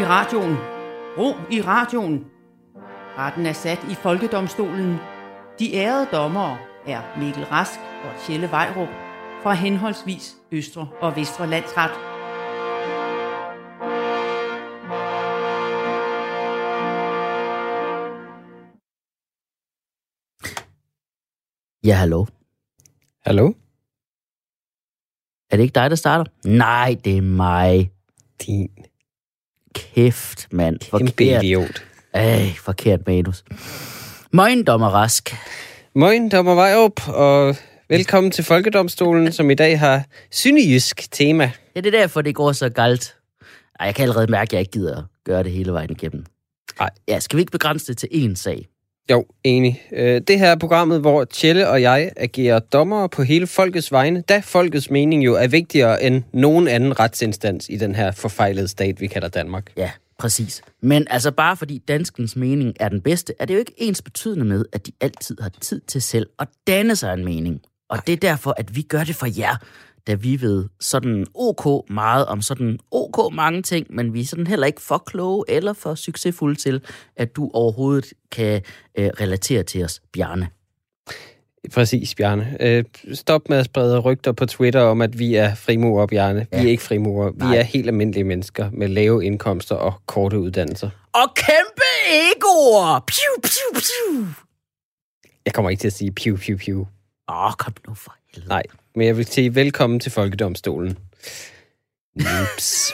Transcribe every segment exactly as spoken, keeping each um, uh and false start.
radioen. Ro i radioen. Retten er sat i Folkedomstolen. De ærede dommere er Mikkel Rask og Tjelle Vejrup fra henholdsvis Østre og Vestre Landsret. Ja, hallo. Hallo? Er det ikke dig, der starter? Nej, det er mig. Din Kæft, mand. kæmpe Forkert. idiot. Ej, forkert manus. Moin, dommer Rask. Moin, dommer Vejrup, og velkommen til Folkedomstolen, som i dag har synejysk tema. Ja, det er derfor, det går så galt. Ej, jeg kan allerede mærke, at jeg ikke gider at gøre det hele vejen igennem. Nej. Ja, skal vi ikke begrænse det til én sag? Jo, enig. Det her er programmet, hvor Tjelle og jeg agerer dommere på hele folkets vegne, da folkets mening jo er vigtigere end nogen anden retsinstans i den her forfejlede stat, vi kalder Danmark. Ja, præcis. Men altså bare fordi danskens mening er den bedste, er det jo ikke ens betydende med, at de altid har tid til selv at danne sig en mening. Og det er derfor, at vi gør det for jer, da vi ved sådan ok meget om sådan ok mange ting, men vi er sådan heller ikke for kloge eller for succesfulde til, at du overhovedet kan øh, relatere til os, Bjarne. Præcis, Bjarne. Øh, stop med at sprede rygter på Twitter om, at vi er frimurer, Bjarne. Vi Ja. er ikke frimurer. Vi Nej. er helt almindelige mennesker med lave indkomster og korte uddannelser. Og kæmpe egoer! Piu, piu, piu! Jeg kommer ikke til at sige piu, piu, piu. Åh, kom nu for helvede. Nej, men jeg vil sige velkommen til Folkedomstolen. Ups.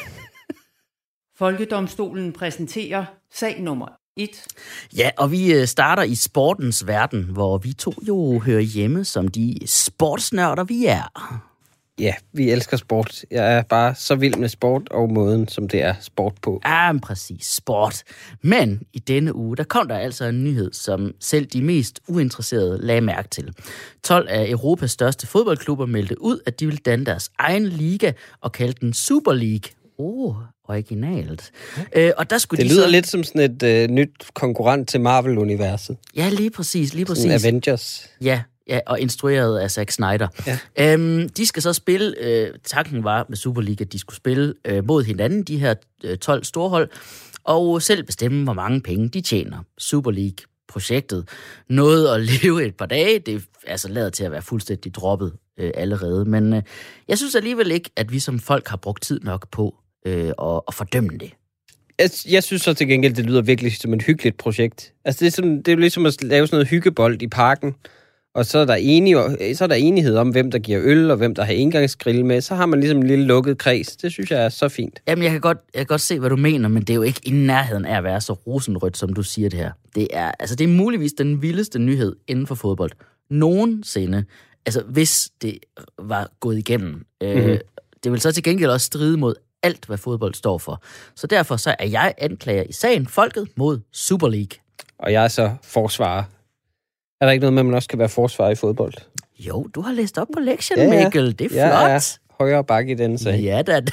Folkedomstolen præsenterer sag nummer et. Ja, og vi øh, starter i sportens verden, hvor vi to jo hører hjemme som de sportsnørder, vi er. Ja, vi elsker sport. Jeg er bare så vild med sport og måden, som det er sport på. Ja, men præcis, sport. Men i denne uge, der kom der altså en nyhed, som selv de mest uinteresserede lagde mærke til. tolv af Europas største fodboldklubber meldte ud, at de ville danne deres egen liga og kaldte den Super League. Oh, originalt. Øh, og der skulle Det de lyder så... lidt som sådan et øh, nyt konkurrent til Marvel-universet. Ja, lige præcis, lige præcis. Sådan Avengers. Ja, ja, og instrueret af Zack Snyder. Ja. Øhm, de skal så spille, øh, tanken var med Super League, at de skulle spille øh, mod hinanden, de her øh, tolv storhold, og selv bestemme, hvor mange penge de tjener. Super League-projektet nåede at leve et par dage, det er altså ladet til at være fuldstændig droppet øh, allerede, men øh, jeg synes alligevel ikke, at vi som folk har brugt tid nok på øh, at, at fordømme det. Jeg, jeg synes så til gengæld, det lyder virkelig som et hyggeligt projekt. Altså det er, sådan, det er jo ligesom at lave sådan noget hyggebold i parken, og så er, der enige, så er der enighed om, hvem der giver øl, og hvem der har engangsgrill med. Så har man ligesom en lille lukket kreds. Det synes jeg er så fint. Jamen, jeg kan godt, jeg kan godt se, hvad du mener, men det er jo ikke i nærheden af at være så rosenrødt, som du siger det her. Det er, altså, det er muligvis den vildeste nyhed inden for fodbold. Nogensinde. Altså, hvis det var gået igennem. Mm-hmm. Øh, det vil så til gengæld også stride mod alt, hvad fodbold står for. Så derfor så er jeg anklager i sagen Folket mod Super League. Og jeg er så forsvarer. Er der ikke noget med, at man også skal være forsvarer i fodbold? Jo, du har læst op på lektionen, Ja, ja. Mikkel. Det er Ja, flot. ja. Højere bakke i den sag. Ja, da.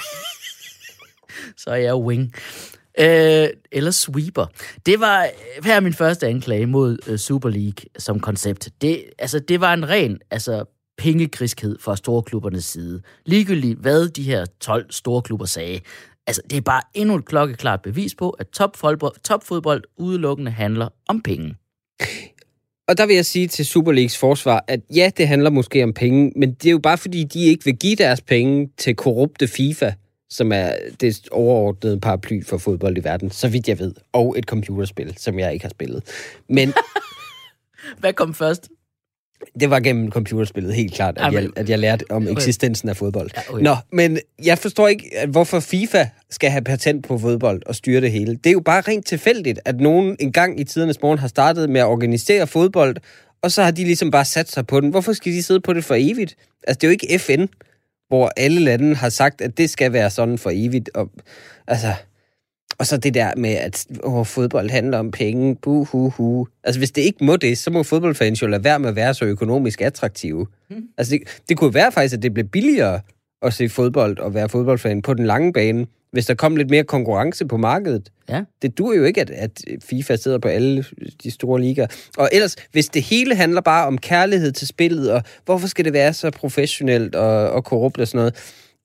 Så er jeg wing. Øh, eller sweeper. Det var her er min første anklage mod uh, Super League som koncept. Det, altså, det var en ren altså, pengegriskhed fra storklubbernes side. Ligegyldigt hvad de her tolv storklubber sagde. Altså, det er bare endnu et klokkeklart bevis på, at topfodbold, topfodbold udelukkende handler om penge. Og der vil jeg sige til Super Leagues forsvar, at ja, det handler måske om penge, men det er jo bare fordi, de ikke vil give deres penge til korrupte FIFA, som er det overordnede paraply for fodbold i verden, så vidt jeg ved. Og et computerspil, som jeg ikke har spillet. Men Hvad kom først? det var gennem computerspillet helt klart, at, Jamen, jeg, at jeg lærte om okay. eksistensen af fodbold. Ja, okay. Nå, men jeg forstår ikke, at hvorfor FIFA skal have patent på fodbold og styre det hele. Det er jo bare rent tilfældigt, at nogen engang i tidernes morgen har startet med at organisere fodbold, og så har de ligesom bare sat sig på den. Hvorfor skal de sidde på det for evigt? Altså, det er jo ikke F N, hvor alle lande har sagt, at det skal være sådan for evigt. Og, altså, og så det der med, at åh, fodbold handler om penge. Buh, hu, hu. Altså, hvis det ikke må det, så må fodboldfans jo lade være med at være så økonomisk attraktive. Mm. Altså, det, det kunne være faktisk, at det blev billigere at se fodbold og være fodboldfan på den lange bane, hvis der kom lidt mere konkurrence på markedet. Ja. Det duer jo ikke, at, at FIFA sidder på alle de store ligaer. Og ellers, hvis det hele handler bare om kærlighed til spillet, og hvorfor skal det være så professionelt og, og korrupt og sådan noget,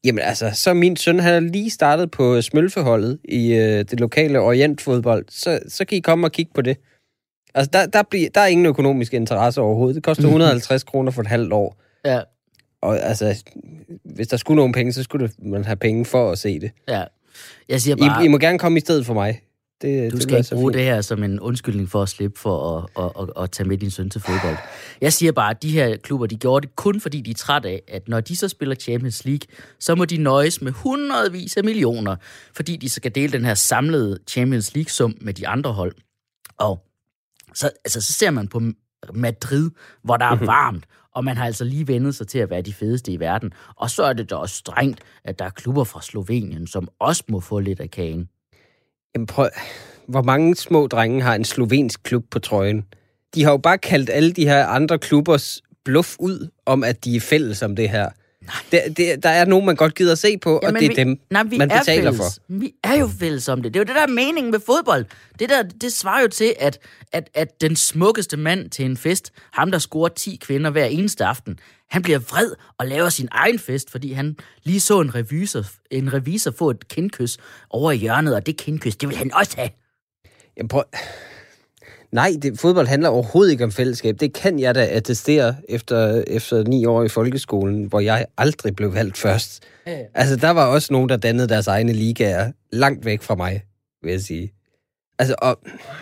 Jamen altså, så min søn, han er lige startet på Smølfeholdet i øh, det lokale orientfodbold. Så, så kan I komme og kigge på det. Altså, der, der, bliver, der er ingen økonomisk interesse overhovedet. Det koster et hundrede og halvtreds kroner for et halvt år. Ja. Og altså, hvis der skulle nogen penge, så skulle man have penge for at se det. Ja. Jeg siger bare... I, I må gerne komme i stedet for mig. Det, du det skal ikke bruge fint. det her som en undskyldning for at slippe for at, at, at, at tage med din søn til fodbold. Jeg siger bare, at de her klubber, de gjorde det kun fordi de er trætte af, at når de så spiller Champions League, så må de nøjes med hundredvis af millioner, fordi de så skal dele den her samlede Champions League-sum med de andre hold. Og så, altså, så ser man på Madrid, hvor der er mm-hmm. varmt, og man har altså lige vendet sig til at være de fedeste i verden. Og så er det da også strengt, at der er klubber fra Slovenien, som også må få lidt af kagen. Jamen prøv, hvor mange små drenge har en slovensk klub på trøjen? De har jo bare kaldt alle de her andre klubbers bluff ud, om at de er fælles om det her. Det, det, der er nogen, man godt gider at se på, Jamen, og det er vi, dem, nej, vi man betaler fælles. for. Vi er jo fælles om det. Det er jo det, der er meningen med fodbold. Det der, det svarer jo til, at, at, at den smukkeste mand til en fest, ham der scorer ti kvinder hver eneste aften, han bliver vred og laver sin egen fest, fordi han lige så en revisor, en revisor få et kindkys over i hjørnet, og det kindkys, det vil han også have. Jamen prøv... Nej, det, fodbold handler overhovedet ikke om fællesskab. Det kan jeg da attestere efter, efter ni år i folkeskolen, hvor jeg aldrig blev valgt først. Ja. Altså, der var også nogen, der dannede deres egne ligaer langt væk fra mig, vil jeg sige. Altså, og...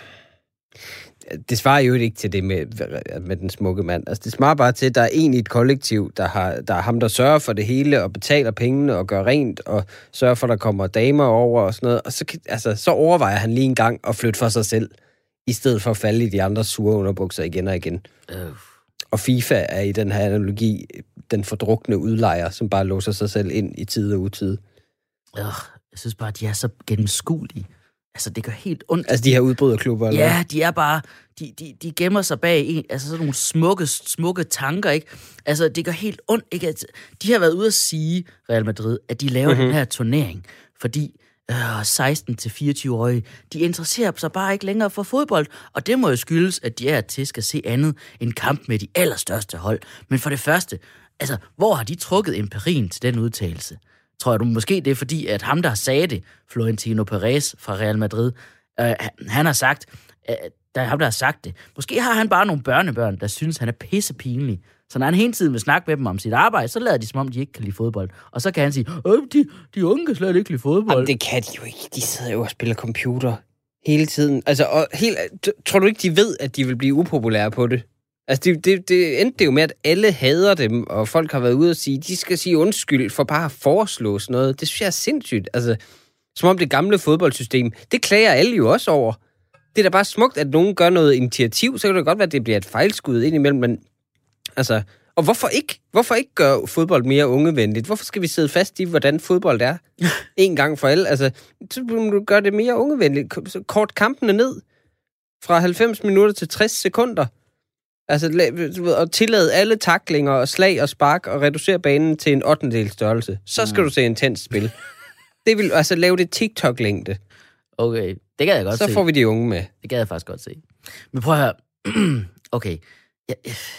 Det svarer jo ikke til det med, med den smukke mand. Altså, det svarer bare til, at der er en i et kollektiv, der, har, der er ham, der sørger for det hele, og betaler pengene, og gør rent, og sørger for, at der kommer damer over, og sådan noget. Og så, altså, så overvejer han lige en gang at flytte for sig selv, i stedet for at falde i de andre sure underbukser igen og igen. Øh. Og FIFA er i den her analogi den fordrukne udlejer, som bare låser sig selv ind i tid og utid. Øh, jeg synes bare, at de er så gennemskuelige. Altså, det gør helt ondt. Altså, de her udbryderklubber? Eller? Ja, de er bare... De, de, de gemmer sig bag en, altså sådan nogle smukke, smukke tanker, ikke? Altså, det gør helt ondt, ikke? Altså, de har været ude at sige, Real Madrid, at de laver mm-hmm. den her turnering, fordi øh, seksten til fireogtyve-årige, de interesserer sig bare ikke længere for fodbold, og det må jo skyldes, at de er til skal se andet end kamp med de allerstørste hold. Men for det første, altså, hvor har de trukket empirien til den udtalelse? Tror jeg du måske, det er fordi, at ham, der sagde det, Florentino Perez fra Real Madrid, øh, han har sagt, øh, der er ham, der har sagt det. Måske har han bare nogle børnebørn, der synes, han er pissepinlig. Så når han hele tiden vil snakke med dem om sit arbejde, så lader de, som om de ikke kan lide fodbold. Og så kan han sige, øh, de, de unge kan slet ikke lide fodbold. Jamen, det kan de jo ikke. De sidder jo og spiller computer hele tiden. Altså, og helt, tror du ikke, de ved, at de vil blive upopulære på det? Altså, det, det, det endte det jo med, at alle hader dem, og folk har været ude og sige, de skal sige undskyld for bare at foreslå sådan noget. Det synes jeg er sindssygt. Altså, som om det gamle fodboldsystem, det klager alle jo også over. Det er da bare smukt, at nogen gør noget initiativ, så kan det godt være, at det bliver et fejlskud indimellem, men altså... Og hvorfor ikke? Hvorfor ikke gøre fodbold mere ungevenligt? Hvorfor skal vi sidde fast i, hvordan fodbold er? En gang for alle. Altså, så må du gøre det mere ungevenligt. Kort kampene ned fra halvfems minutter til tres sekunder. Altså, og tillade alle taklinger og slag og spark og reducere banen til en ottendel størrelse. Så skal mm. du se intens spil. Det vil altså lave det TikTok-længde. Okay, det kan jeg godt så se. Så får vi de unge med. Det kan jeg faktisk godt se. Men prøv at høre. Okay. Jeg,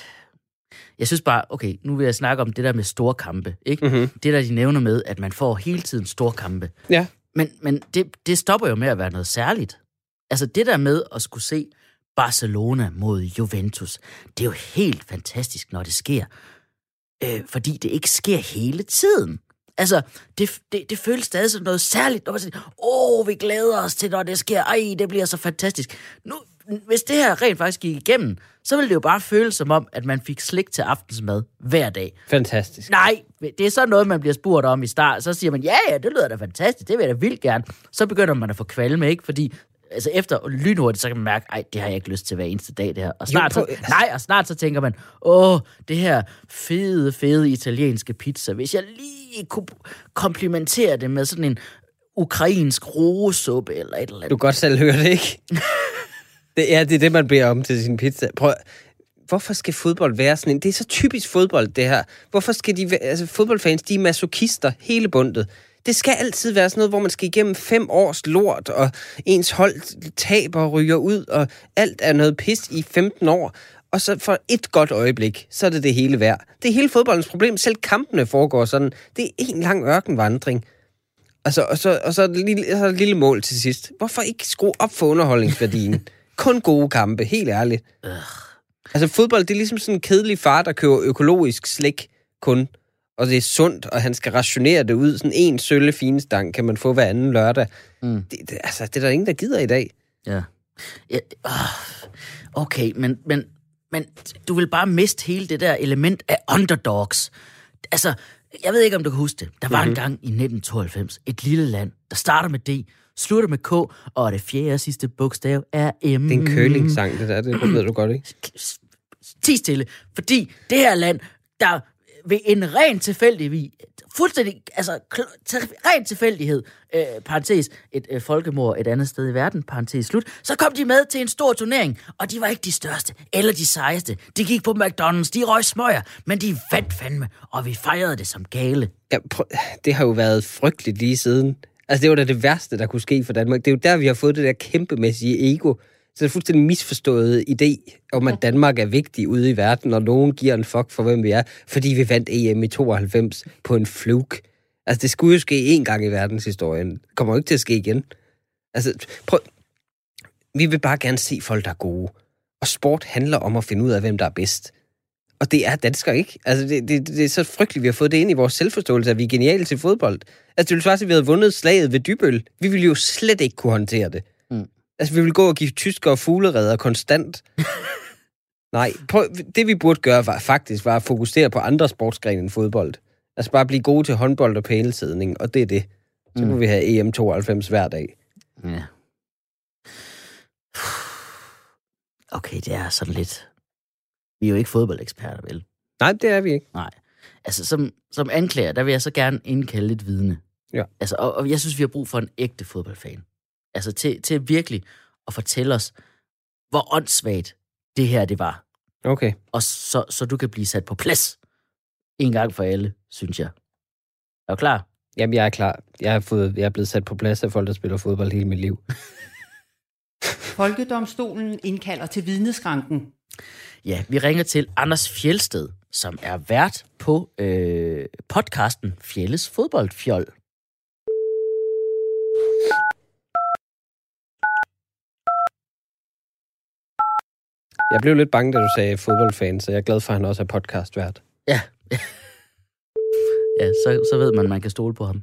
jeg synes bare, okay, nu vil jeg snakke om det der med store kampe, ikke? Mm-hmm. Det der, de nævner med, at man får hele tiden store kampe. Ja. Men, men det, det stopper jo med at være noget særligt. Altså det der med at skulle se Barcelona mod Juventus, det er jo helt fantastisk, når det sker. Øh, fordi det ikke sker hele tiden. Altså, det, det, det føles stadig som noget særligt, når man siger, åh, vi glæder os til, når det sker, ej, det bliver så fantastisk. Nu, hvis det her rent faktisk gik igennem, så ville det jo bare føles som om, at man fik slik til aftensmad hver dag. Fantastisk. Nej, det er så noget, man bliver spurgt om i start. Så siger man, ja, ja, det lyder da fantastisk, det vil jeg da vildt gerne. Så begynder man at få kvalme, ikke? Fordi altså efter lynhurtigt, så kan man mærke, ej, det har jeg ikke lyst til hver eneste dag, det her. Og snart, så, nej, og snart så tænker man, åh, det her fede, fede italienske pizza, hvis jeg lige kunne komplimentere det med sådan en ukrainsk roesuppe eller et eller andet. Du kan godt selv høre det, ikke? det, ja, det er det, man beder om til sin pizza. Prøv, hvorfor skal fodbold være sådan en? Det er så typisk fodbold, det her. Hvorfor skal de, altså fodboldfans, de er masochister hele bundet. Det skal altid være sådan noget, hvor man skal igennem fem års lort, og ens hold taber og ryger ud, og alt er noget pis i femten år. og så for et godt øjeblik, så er det det hele værd. Det er hele fodboldens problem. Selv kampene foregår sådan. Det er en lang ørkenvandring. Altså, og så, og så, er det lille, så er det et lille mål til sidst. Hvorfor ikke skrue op for underholdningsværdien? Kun gode kampe, helt ærligt. Øh. Altså fodbold, det er ligesom sådan en kedelig far, der køber økologisk slik kun. Og det er sundt, og han skal rationere det ud. Sådan en sølle finestang kan man få hver anden lørdag. Mm. Det, det, altså, det er der ingen, der gider i dag. Ja. ja okay, men, men, men du vil bare miste hele det der element af underdogs. Altså, jeg ved ikke, om du kan huske det. Der var mm-hmm. en gang i nitten tooghalvfems et lille land, der starter med D, slutter med K, og det fjerde sidste bogstav er M. Det er en curling-sang, det der. Det ved du godt, ikke? Ti stille. Fordi det her land, der ved en ren tilfældighed, fuldstændig, altså ren tilfældighed, øh, parentes, et øh, folkemord et andet sted i verden, parentes slut, så kom de med til en stor turnering, og de var ikke de største, eller de sejeste. De gik på McDonald's, de røg smøger, men de vandt fandme, og vi fejrede det som gale. Ja, prøv, det har jo været frygteligt lige siden. Altså, det var da det værste, der kunne ske for Danmark. Det er jo der, vi har fået det der kæmpemæssige ego. Så det er fuldstændig misforstået idé om, at Danmark er vigtig ude i verden, og nogen giver en fuck for, hvem vi er, fordi vi vandt E M i tooghalvfems på en fluke. Altså, det skulle jo ske én gang i verdenshistorien. Det kommer jo ikke til at ske igen. Altså, prøv. Vi vil bare gerne se folk, der er gode. Og sport handler om at finde ud af, hvem der er bedst. Og det er danskere ikke. Altså, det, det, det er så frygteligt, vi har fået det ind i vores selvforståelse, at vi er geniale til fodbold. Altså, det ville svare sig, at vi havde vundet slaget ved Dybbøl. Vi ville jo slet ikke kunne håndtere det. Mm. Altså, vi ville gå og give tyskere fugleredder konstant. Nej, prøv, det vi burde gøre var, faktisk var at fokusere på andre sportsgrene end fodbold. Altså bare blive gode til håndbold og pælesidning, og det er det. Så mm. må vi have E M tooghalvfems hver dag. Ja. Okay, det er sådan lidt... Vi er jo ikke fodboldeksperter, vel? Nej, det er vi ikke. Nej. Altså, som, som anklager, der vil jeg så gerne indkalde lidt vidne. Ja. Altså, og, og jeg synes, vi har brug for en ægte fodboldfan. Altså, til, til virkelig at fortælle os, hvor åndssvagt det her, det var. Okay. Og så, så du kan blive sat på plads. En gang for alle, synes jeg. Er du klar? Jamen, jeg er klar. Jeg er, fået, jeg er blevet sat på plads af folk, der spiller fodbold hele mit liv. Folkedomstolen indkalder til vidneskranken. Ja, vi ringer til Anders Fjelsted, som er vært på øh, podcasten Fjelles Fodboldfjold. Jeg blev lidt bange, da du sagde fodboldfan, så jeg er glad for, at han også er podcastvært. Ja. Ja, så, så ved man, at man kan stole på ham.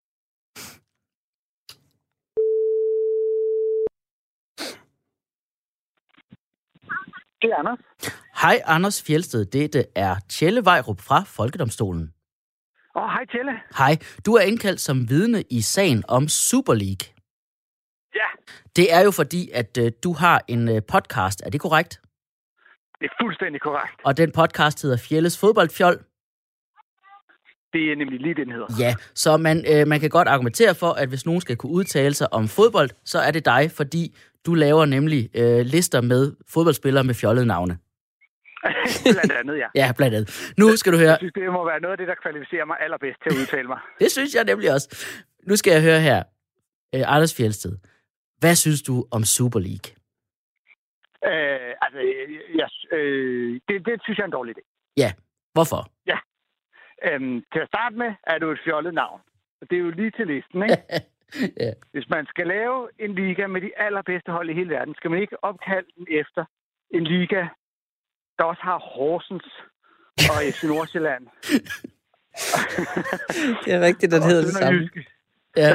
Det er Anders. Hej, Anders Fjelsted. Det er Tjelle Vejrup fra Folkedomstolen. Åh, oh, hej Tjelle. Hej. Du er indkaldt som vidne i sagen om Super League. Ja. Det er jo fordi, at uh, du har en uh, podcast. Er det korrekt? Det er fuldstændig korrekt. Og den podcast hedder Fjelles Fodboldfjold. Det er nemlig lige den hedder. Ja, så man, øh, man kan godt argumentere for, at hvis nogen skal kunne udtale sig om fodbold, så er det dig, fordi du laver nemlig øh, lister med fodboldspillere med fjollede navne. Blandt andet, ja. Ja, blandt andet. Nu skal du høre... Jeg synes, det må være noget af det, der kvalificerer mig allerbedst til at udtale mig. Det synes jeg nemlig også. Nu skal jeg høre her. Øh, Anders Fjelsted. Hvad synes du om Super League? Øh, altså, jeg, øh, det, det synes jeg er en dårlig idé. Ja, hvorfor? Ja. Øhm, til at starte med er du et fjollet navn. Det er jo lige til listen, ikke? Ja. Hvis man skal lave en liga med de allerbedste hold i hele verden, skal man ikke opkalde den efter en liga, der også har Horsens og F C Nordsjælland. Det er rigtigt, at det hedder det samme. Ja.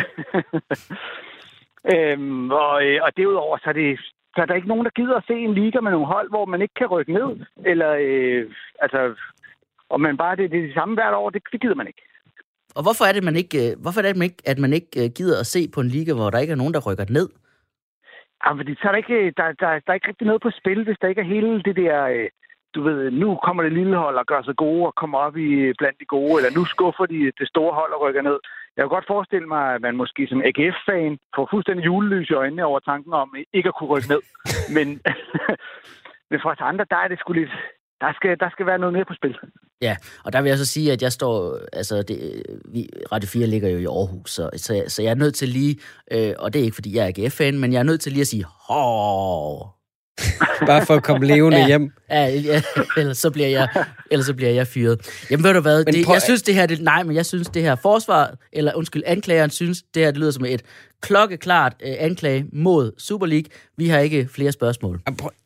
øhm, og, og derudover, så er, det, så er der ikke nogen, der gider at se en liga med nogle hold, hvor man ikke kan rykke ned. Eller, øh, altså... Og man bare, det, det er det samme hvert år, det, det gider man ikke. Og hvorfor er det, man ikke, hvorfor er det, man ikke, at man ikke gider at se på en liga, hvor der ikke er nogen, der rykker ned? Ja, fordi så er der, ikke, der, der, der er ikke rigtig noget på spil, hvis der ikke er hele det der, du ved, nu kommer det lille hold og gør sig gode og kommer op i blandt de gode, eller nu skuffer de det store hold og rykker ned. Jeg kan godt forestille mig, at man måske som A G F-fan får fuldstændig julelys i øjnene over tanken om ikke at kunne rykke ned. Men, men for os andre, der er det sgu lidt... Der skal, der skal være noget mere på spil. Ja, og der vil jeg så sige, at jeg står... Altså, det, vi, Radio fire ligger jo i Aarhus, så, så, så jeg er nødt til lige... Øh, og det er ikke, fordi jeg er A G F-fan, men jeg er nødt til lige at sige... Hård. Bare for at komme levende ja, hjem. Ja, ja, ellers så bliver jeg, ellers så bliver jeg fyret. Jamen ved du hvad, det, prøv, jeg synes det her, det, nej, men jeg synes det her forsvar, eller undskyld, anklageren synes, det her det lyder som et klokkeklart øh, anklage mod Super League. Vi har ikke flere spørgsmål.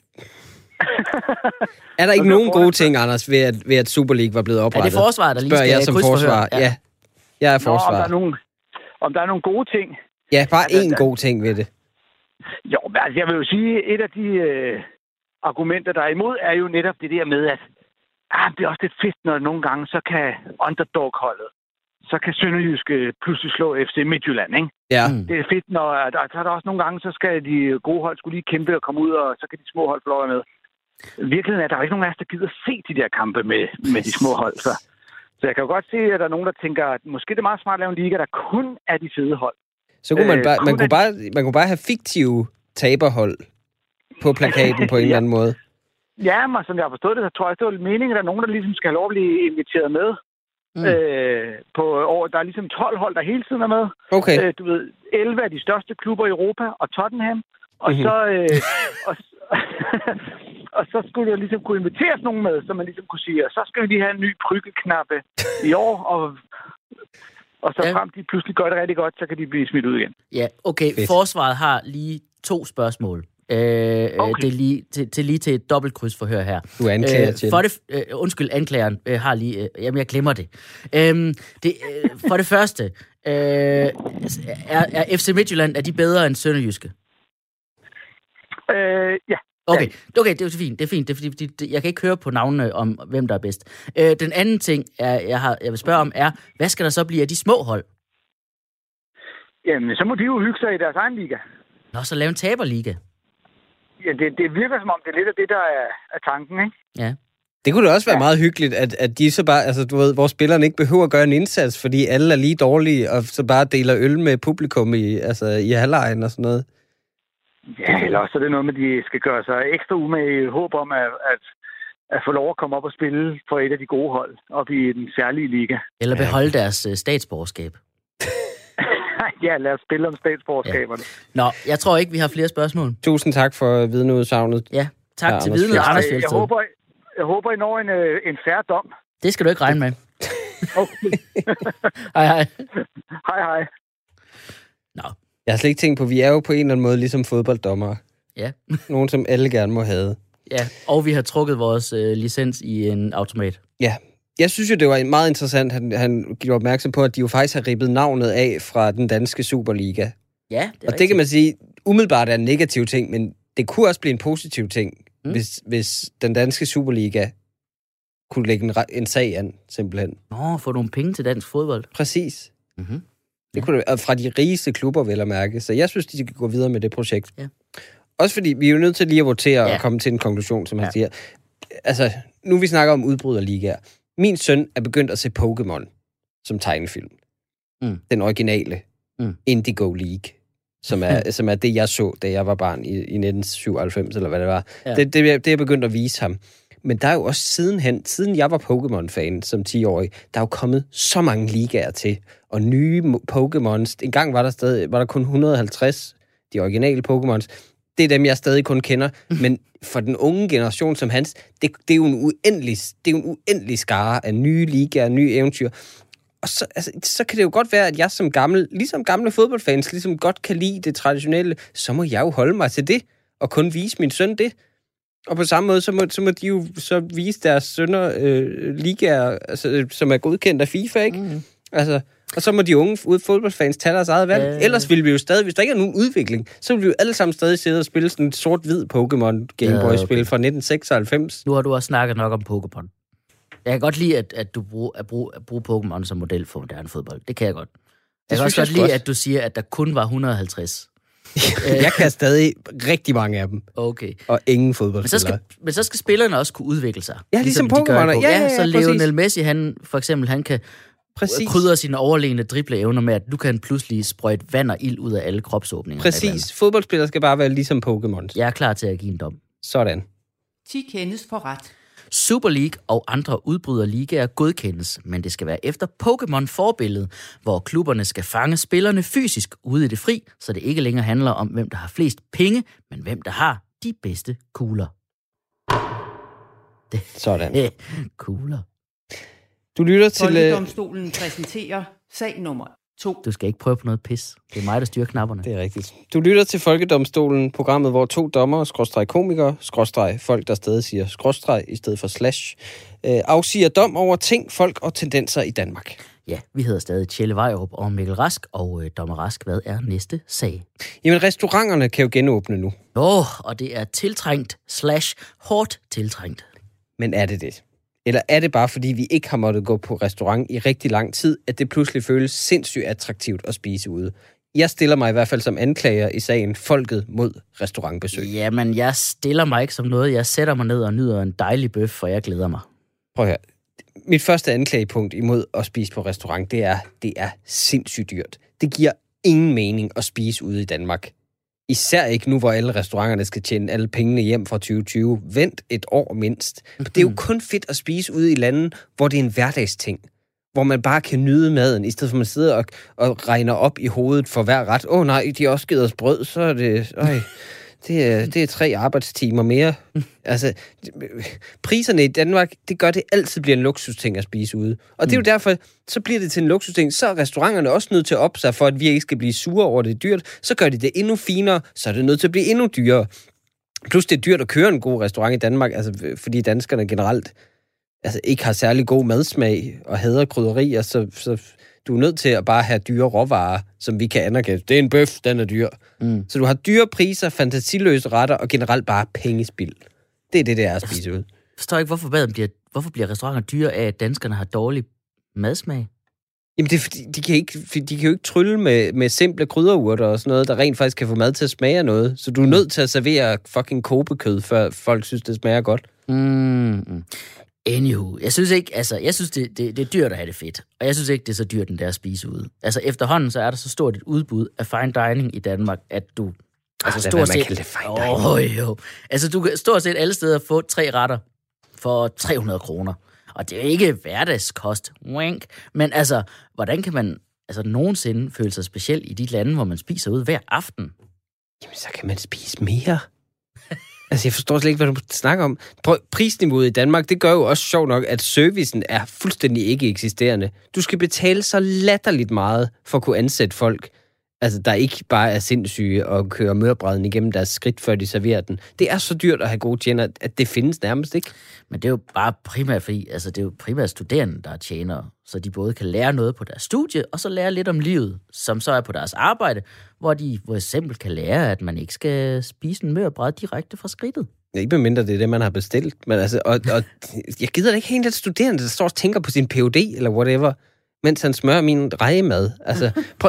Er der ikke nogen gode ting, Anders, ved at, ved at Super League var blevet oprettet? Er det forsvar, der lige Spørger skal jeg som forsvar. Ja. ja, jeg er forsvar. Nå, om, der er nogle, om der er nogle gode ting. Ja, bare altså, én der, god ting ved det. Jo, men altså, jeg vil jo sige, et af de øh, argumenter, der er imod, er jo netop det der med, at ah, det er også lidt fedt, når nogle gange, så kan underdog-holdet, så kan Sønderjyske pludselig slå F C Midtjylland, ikke? Ja. Mm. Det er fedt, når der, så er der også nogle gange, så skal de gode hold skulle lige kæmpe og komme ud, og så kan de små hold få lov med. Virkeligheden er, at der er ikke nogen af os, der gider se de der kampe med, med de små hold. Så. så jeg kan jo godt se, at der er nogen, der tænker, at måske det er meget smart at lave en liga, der kun er de fede hold. Så kunne man bare, man kunne bare, man kunne bare have fiktive taberhold på plakaten på en ja. eller anden måde. Ja, men som jeg har forstået det, så tror jeg, det var meningen, at der er nogen, der ligesom skal have lov at blive inviteret med. Mm. Øh, på år. Der er ligesom tolv hold, der hele tiden er med. Okay. Øh, du ved, elleve af de største klubber i Europa, og Tottenham. Og mm-hmm. så... Øh, og, og så skulle der ligesom kunne inviteres nogen med, så man ligesom kunne sige, og så skal vi lige have en ny prykkelknappe i år, og... Og så frem de pludselig gør det rigtig godt, så kan de blive smidt ud igen. Ja, okay. Fedt. Forsvaret har lige to spørgsmål. Øh, okay. Det er lige til, til lige til et dobbeltkrydsforhør her. Du anklager øh, til. For det, øh, undskyld, anklageren øh, har lige... Øh, jamen, jeg glemmer det. Øh, det øh, for det første, øh, er, er F C Midtjylland, er de bedre end Sønderjyske? Øh, ja. Okay, okay, det er jo fint. Det er fint. Det er, fordi, det, jeg kan ikke høre på navnene om, hvem der er bedst. Øh, den anden ting, er, jeg, har, jeg vil spørge om, er, hvad skal der så blive af de små hold? Jamen, så må de jo hygge sig i deres egen liga. Nå, så lave en taberliga. Ja, det, det virker som om, det er lidt af det, der er, er tanken, ikke? Ja. Det kunne da også være ja. meget hyggeligt, at, at de så bare, altså du ved, hvor spillerne ikke behøver at gøre en indsats, fordi alle er lige dårlige, og så bare deler øl med publikum i, altså, i halvlejen og sådan noget. Ja, eller også er det noget med, at de skal gøre sig ekstra umage i håb om, at, at, at få lov at komme op og spille for et af de gode hold op i den særlige liga. Eller beholde ja. deres uh, statsborgerskab. Ja, lad os spille om statsborgerskaberne. Ja. Nå, jeg tror ikke, vi har flere spørgsmål. Tusind tak for vidneudsagnet. Ja, tak ja, til vidnet, Anders Fjeldsted. Jeg håber, jeg håber, I når en, en færre dom. Det skal du ikke regne med. Okay. Hej, hej. Hej, hej. Nå. Jeg har slet ikke tænkt på, vi er jo på en eller anden måde ligesom fodbolddommere. Ja. Nogen, som alle gerne må have. Ja, og vi har trukket vores øh, licens i en automat. Ja. Jeg synes jo, det var meget interessant, han, han gjorde opmærksom på, at de jo faktisk har ribbet navnet af fra den danske Superliga. Ja, det er Og rigtigt. det kan man sige, umiddelbart er en negativ ting, men det kunne også blive en positiv ting, mm. hvis, hvis den danske Superliga kunne lægge en, en sag an, simpelthen. Nå, få nogle penge til dansk fodbold. Præcis. Mm-hmm. Det kunne det, fra de rigeste klubber, vel at mærke. Så jeg synes, de skal gå videre med det projekt. Ja. Også fordi, vi er jo nødt til lige at votere ja. og komme til en konklusion, som han ja. siger. Altså, nu vi snakker om udbryderligaer. Min søn er begyndt at se Pokémon som tegnefilm. Mm. Den originale mm. Indigo League, som er, som er det, jeg så, da jeg var barn i, i nitten syvoghalvfems, eller hvad det var. Ja. Det, det, det er jeg begyndt at vise ham. Men der er jo også sidenhen, siden jeg var Pokémon-fan som ti-årig, der er jo kommet så mange ligaer til, og nye Pokémons. En gang var der stadig, var der kun et hundrede og halvtreds, de originale Pokémons. Det er dem, jeg stadig kun kender. Men for den unge generation som hans, det, det er jo en uendelig, det er jo en uendelig skare af nye ligaer, nye eventyr. Og så, altså, så kan det jo godt være, at jeg som gammel, ligesom gamle fodboldfans, ligesom godt kan lide det traditionelle, så må jeg jo holde mig til det, og kun vise min søn det. Og på samme måde, så må, så må de jo så vise deres sønner øh, ligaer, altså, som er godkendt af FIFA, ikke? Mm. Altså, og så må de unge fodboldfans tage deres eget valg. Øh. Ellers ville vi jo stadig, hvis der ikke er nogen udvikling, så ville vi jo alle sammen stadig sidde og spille sådan et sort-hvid Pokémon Gameboy-spil ja, okay. fra nitten seksoghalvfems. Nu har du også snakket nok om Pokémon. Jeg kan godt lide, at, at du bruger, at bruge, at bruge Pokémon som model for moderne fodbold. Det kan jeg godt. Jeg det kan også godt lide, at du siger, at der kun var et hundrede og halvtreds. Jeg kan stadig rigtig mange af dem. Okay. Og ingen fodboldspillere. Men så skal, men så skal spillerne også kunne udvikle sig. Ja, ligesom, ligesom Pokémon. Ja, ja, ja, så Lionel Messi, han for eksempel, han kan præcis. krydre sine overlegne dribleevner med, at du kan pludselig sprøjte vand og ild ud af alle kropsåbninger. Præcis. Fodboldspillere skal bare være ligesom Pokémon. Jeg er klar til at give en dom. Sådan. ti kendes for ret. Super League og andre udbryderligaer godkendes, men det skal være efter Pokémon-forbilledet, hvor klubberne skal fange spillerne fysisk ude i det fri, så det ikke længere handler om, hvem der har flest penge, men hvem der har de bedste kugler. Det. Sådan. Kugler. Du lytter til... Folkedomstolen præsenterer sag nummer to. Du skal ikke prøve på noget pis. Det er mig, der styrer knapperne. Det er rigtigt. Du lytter til Folkedomstolen, programmet, hvor to dommere, skråstreg komikere, skråstreg folk, der stadig siger skråstreg i stedet for slash, øh, afsiger dom over ting, folk og tendenser i Danmark. Ja, vi hedder stadig Tjelle Vejrup og Mikkel Rask, og øh, dommer Rask, hvad er næste sag? Jamen, restauranterne kan jo genåbne nu. Åh, oh, og det er tiltrængt slash hårdt tiltrængt. Men er det det? Eller er det bare, fordi vi ikke har måttet gå på restaurant i rigtig lang tid, at det pludselig føles sindssygt attraktivt at spise ude? Jeg stiller mig i hvert fald som anklager i sagen Folket mod restaurantbesøg. Jamen, jeg stiller mig ikke som noget. Jeg sætter mig ned og nyder en dejlig bøf, for jeg glæder mig. Prøv at høre. Mit første anklagepunkt imod at spise på restaurant, det er, det er sindssygt dyrt. Det giver ingen mening at spise ude i Danmark. Især ikke nu, hvor alle restauranterne skal tjene alle pengene hjem fra tyve tyve. Vent et år mindst. Det er jo kun fedt at spise ude i lande, hvor det er en hverdagsting. Hvor man bare kan nyde maden, i stedet for at man sidder og, og regner op i hovedet for hver ret. Åh oh, nej, de har også givet os brød, så er det... Øj, det, er, det er tre arbejdstimer mere. Altså, priserne i Danmark, det gør, det altid bliver en luksusting at spise ude. Og det er jo derfor, så bliver det til en luksusting. Så er restauranterne også nødt til at op sig, for at vi ikke skal blive sure over det dyrt. Så gør de det endnu finere, så er det nødt til at blive endnu dyrere. Plus det er dyrt at køre en god restaurant i Danmark, altså, fordi danskerne generelt altså, ikke har særlig god madsmag og hader krydderier, så, så du er nødt til at bare have dyre råvarer, som vi kan anerkende. Det er en bøf, den er dyr. Mm. Så du har dyre priser, fantasiløse retter og generelt bare pengespild. Det er det, det er at spise ud. Jeg forstår ikke, hvorfor, maden bliver, hvorfor bliver restauranter dyre af, at danskerne har dårlig madsmag? Jamen, det er fordi, de kan, ikke, de kan jo ikke trylle med, med simple krydderurter og sådan noget, der rent faktisk kan få mad til at smage af noget. Så du er nødt til at servere fucking kobekød, før folk synes, det smager godt. Mm. Anywho, jeg synes ikke, altså, jeg synes, det, det, det er dyrt at have det fedt. Og jeg synes ikke, det er så dyrt, den der at spise ude. Altså, efterhånden, så er der så stort et udbud af fine dining i Danmark, at du... Altså, Arh, stort set... det fine dining. Oh, jo. Altså, du kan stort set alle steder få tre retter for tre hundrede kroner. Og det er ikke hverdagskost, wink. Men altså, hvordan kan man altså nogensinde føle sig speciel i de lande, hvor man spiser ud hver aften? Jamen, så kan man spise mere. Altså, jeg forstår slet ikke, hvad du snakker om. Prøv, prisniveauet i Danmark, det gør jo også sjovt nok, at servicen er fuldstændig ikke eksisterende. Du skal betale så latterligt meget for at kunne ansætte folk, altså, der ikke bare er sindssyge og kører mørbræden igennem deres skridt, før de serverer den. Det er så dyrt at have gode tjener, at det findes nærmest ikke. Men det er jo bare primært, fordi altså, det er jo primært studerende, der er tjenere, så de både kan lære noget på deres studie, og så lære lidt om livet, som så er på deres arbejde, hvor de for eksempel kan lære, at man ikke skal spise en mørbræd direkte fra skridtet. Ja, ikke mindre det er det, man har bestilt. Men altså, og, og jeg gider da ikke have en lidt studerende, der står og tænker på sin P H D eller whatever, mens han smører min rejemad. Altså, prøv...